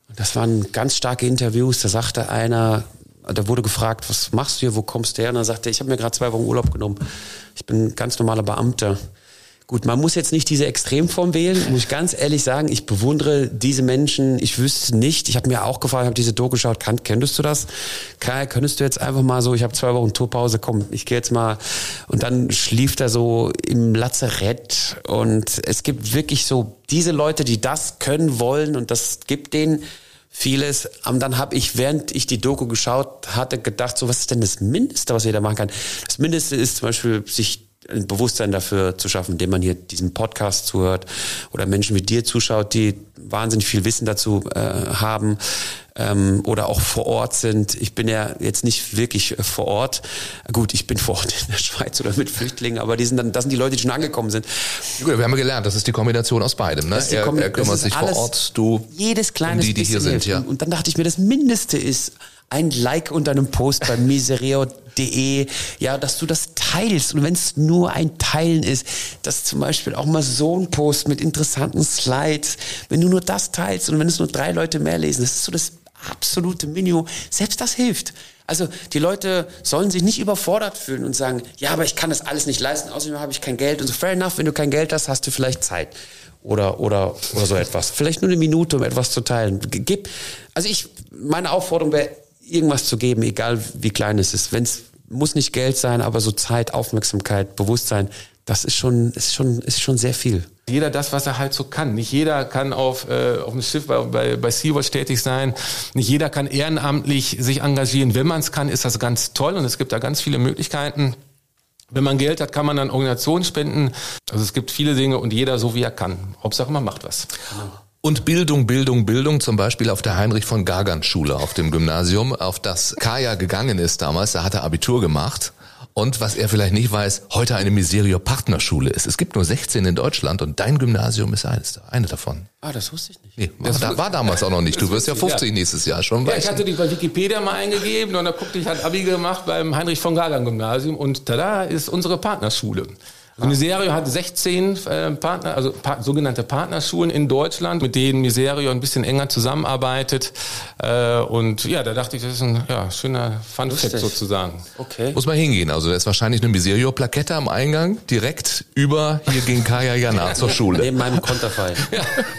Das waren ganz starke Interviews. Da sagte einer, da wurde gefragt, was machst du hier, wo kommst du her? Und er sagte, ich habe mir gerade zwei Wochen Urlaub genommen. Ich bin ein ganz normaler Beamter. Gut, man muss jetzt nicht diese Extremform wählen, muss ich ganz ehrlich sagen. Ich bewundere diese Menschen. Ich wüsste nicht, ich habe mir auch gefragt, ich habe diese Doku geschaut, kann, könntest du das? Kai, könntest du jetzt einfach mal so, ich habe zwei Wochen Tourpause, komm, ich gehe jetzt mal. Und dann schlief er so im Lazarett. Und es gibt wirklich so diese Leute, die das können wollen und das gibt denen vieles. Und dann habe ich, während ich die Doku geschaut hatte, gedacht, so was ist denn das Mindeste, was jeder machen kann? Das Mindeste ist zum Beispiel, sich ein Bewusstsein dafür zu schaffen, indem man hier diesen Podcast zuhört oder Menschen wie dir zuschaut, die wahnsinnig viel Wissen dazu äh, haben ähm, oder auch vor Ort sind. Ich bin ja jetzt nicht wirklich vor Ort. Gut, ich bin vor Ort in der Schweiz oder mit Flüchtlingen, aber die sind dann, das sind die Leute, die schon angekommen sind. Wir haben ja gelernt, das ist die Kombination aus beidem. Ne? Er, er kümmert sich vor Ort, du jedes kleines um die, die hier sind. Ja. Und dann dachte ich mir, das Mindeste ist ein Like unter einem Post bei miserio punkt de, ja, dass du das teilst. Und wenn es nur ein Teilen ist, dass zum Beispiel auch mal so ein Post mit interessanten Slides, wenn du nur das teilst und wenn es nur drei Leute mehr lesen, das ist so das absolute Minimum. Selbst das hilft. Also die Leute sollen sich nicht überfordert fühlen und sagen, ja, aber ich kann das alles nicht leisten, außerdem habe ich kein Geld. Und so, fair enough, wenn du kein Geld hast, hast du vielleicht Zeit. Oder, oder, oder so etwas. Vielleicht nur eine Minute, um etwas zu teilen. Gib, also ich, meine Aufforderung wäre, irgendwas zu geben, egal wie klein es ist. Wenn es muss nicht Geld sein, aber so Zeit, Aufmerksamkeit, Bewusstsein, das ist schon, ist schon, ist schon sehr viel. Jeder das, was er halt so kann. Nicht jeder kann auf, äh, auf dem Schiff bei, bei, bei Sea-Watch tätig sein. Nicht jeder kann ehrenamtlich sich engagieren. Wenn man es kann, ist das ganz toll und es gibt da ganz viele Möglichkeiten. Wenn man Geld hat, kann man an Organisationen spenden. Also es gibt viele Dinge und jeder so, wie er kann. Hauptsache, man macht was. Genau. Und Bildung, Bildung, Bildung, zum Beispiel auf der Heinrich von Gagern Schule auf dem Gymnasium, auf das Kaya gegangen ist damals, da hat er Abitur gemacht. Und was er vielleicht nicht weiß, heute eine Miserio Partnerschule ist. Es gibt nur sechzehn in Deutschland und dein Gymnasium ist eines, eine davon. Ah, das wusste ich nicht. Nee, war, da, war damals auch noch nicht. Du wirst ja fünfzig ja. nächstes Jahr schon. Ja, ich hatte dich bei Wikipedia mal eingegeben und da guckte ich, hat Abi gemacht beim Heinrich von Gagern Gymnasium und tada ist unsere Partnerschule. Also Miserio hat sechzehn äh, Partner, also pa- sogenannte Partnerschulen in Deutschland, mit denen Miserio ein bisschen enger zusammenarbeitet. Äh, und ja, da dachte ich, das ist ein ja, schöner Fun-Fact sozusagen. Okay. Muss man hingehen. Also da ist wahrscheinlich eine Miserio-Plakette am Eingang, direkt über, hier ging Kaya Jana zur Schule. Neben meinem Konterfei. Ja.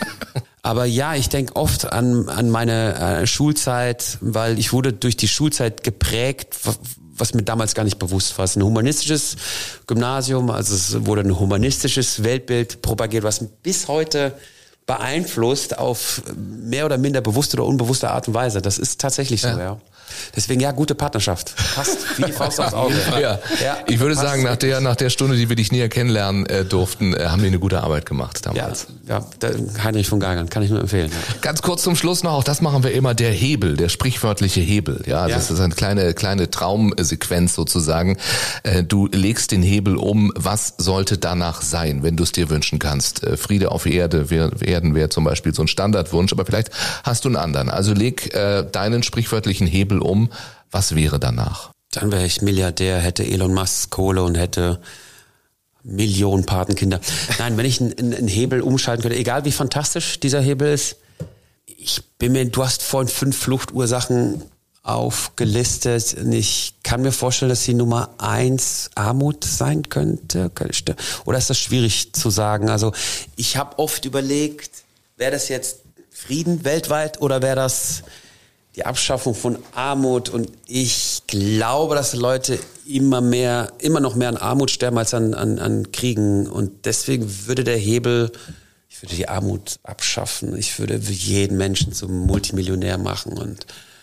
Aber ja, ich denke oft an, an meine äh, Schulzeit, weil ich wurde durch die Schulzeit geprägt, was mir damals gar nicht bewusst war. Es ist ein humanistisches Gymnasium, also es wurde ein humanistisches Weltbild propagiert, was bis heute beeinflusst auf mehr oder minder bewusste oder unbewusste Art und Weise. Das ist tatsächlich so, ja. ja. Deswegen, ja, gute Partnerschaft. Passt wie die Faust aufs Auge. Ja. Ja, ich würde sagen, nach der, nach der Stunde, die wir dich näher kennenlernen äh, durften, äh, haben wir eine gute Arbeit gemacht damals. Ja, ja der Heinrich von Gagern, kann ich nur empfehlen. Ja. Ganz kurz zum Schluss noch, auch das machen wir immer, der Hebel, der sprichwörtliche Hebel. Ja, das ja. ist eine kleine, kleine Traumsequenz sozusagen. Äh, du legst den Hebel um, was sollte danach sein, wenn du es dir wünschen kannst? Äh, Friede auf Erde, wär, Erden wäre zum Beispiel so ein Standardwunsch, aber vielleicht hast du einen anderen. Also leg äh, deinen sprichwörtlichen Hebel um. Was wäre danach? Dann wäre ich Milliardär, hätte Elon Musk Kohle und hätte Millionen Patenkinder. Nein, wenn ich einen, einen Hebel umschalten könnte, egal wie fantastisch dieser Hebel ist, ich bin mir, du hast vorhin fünf Fluchtursachen aufgelistet. Ich kann mir vorstellen, dass die Nummer eins Armut sein könnte. Oder ist das schwierig zu sagen? Also ich habe oft überlegt, wäre das jetzt Frieden weltweit oder wäre das die Abschaffung von Armut? Und ich glaube, dass Leute immer mehr, immer noch mehr an Armut sterben als an, an, an Kriegen. Und deswegen würde der Hebel, ich würde die Armut abschaffen. Ich würde jeden Menschen zum Multimillionär machen. Und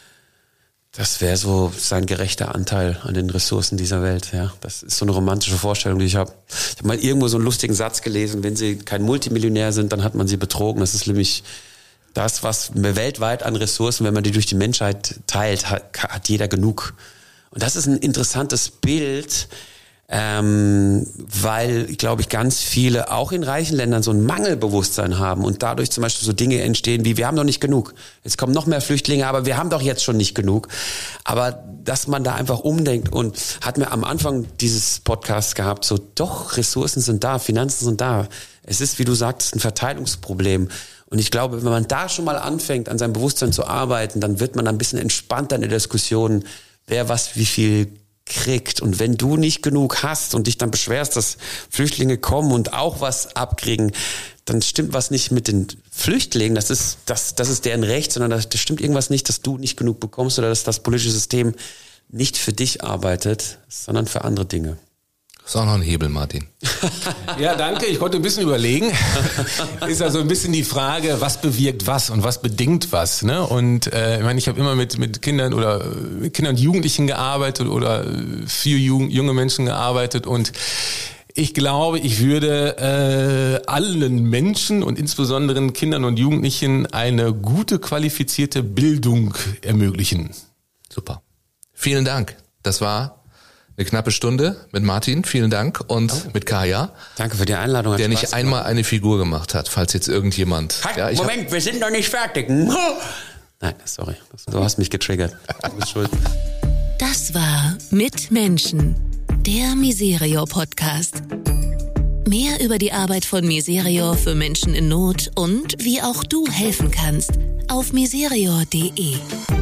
das wäre so sein gerechter Anteil an den Ressourcen dieser Welt. Ja, das ist so eine romantische Vorstellung, die ich habe. Ich habe mal irgendwo so einen lustigen Satz gelesen: Wenn Sie kein Multimillionär sind, dann hat man Sie betrogen. Das ist nämlich das, was weltweit an Ressourcen, wenn man die durch die Menschheit teilt, hat, hat jeder genug. Und das ist ein interessantes Bild, ähm, weil, glaube ich, ganz viele auch in reichen Ländern so ein Mangelbewusstsein haben und dadurch zum Beispiel so Dinge entstehen wie, wir haben doch nicht genug. Jetzt kommen noch mehr Flüchtlinge, aber wir haben doch jetzt schon nicht genug. Aber dass man da einfach umdenkt und hat mir am Anfang dieses Podcasts gehabt, so doch, Ressourcen sind da, Finanzen sind da. Es ist, wie du sagst, ein Verteilungsproblem. Und ich glaube, wenn man da schon mal anfängt, an seinem Bewusstsein zu arbeiten, dann wird man ein bisschen entspannter in der Diskussion, wer was wie viel kriegt. Und wenn du nicht genug hast und dich dann beschwerst, dass Flüchtlinge kommen und auch was abkriegen, dann stimmt was nicht mit den Flüchtlingen. Das ist, das, das ist deren Recht, sondern das, das stimmt irgendwas nicht, dass du nicht genug bekommst oder dass das politische System nicht für dich arbeitet, sondern für andere Dinge. Das ist auch noch ein Hebel, Martin. Ja, danke. Ich konnte ein bisschen überlegen. Ist also ein bisschen die Frage, was bewirkt was und was bedingt was. Ne? Und äh, ich meine, ich habe immer mit mit Kindern oder mit Kindern und Jugendlichen gearbeitet oder für Jugend, junge Menschen gearbeitet und ich glaube, ich würde äh, allen Menschen und insbesondere Kindern und Jugendlichen eine gute, qualifizierte Bildung ermöglichen. Super. Vielen Dank. Das war eine knappe Stunde mit Martin, vielen Dank, und oh. mit Kaya. Danke für die Einladung. Der nicht einmal eine Figur gemacht hat, falls jetzt irgendjemand... Halt, ja, ich Moment, hab, wir sind noch nicht fertig. Nein, sorry, du hast mich getriggert. Du bist schuld. Das war Mit Menschen, der Miserio-Podcast. Mehr über die Arbeit von Miserio für Menschen in Not und wie auch du helfen kannst auf miserio punkt de.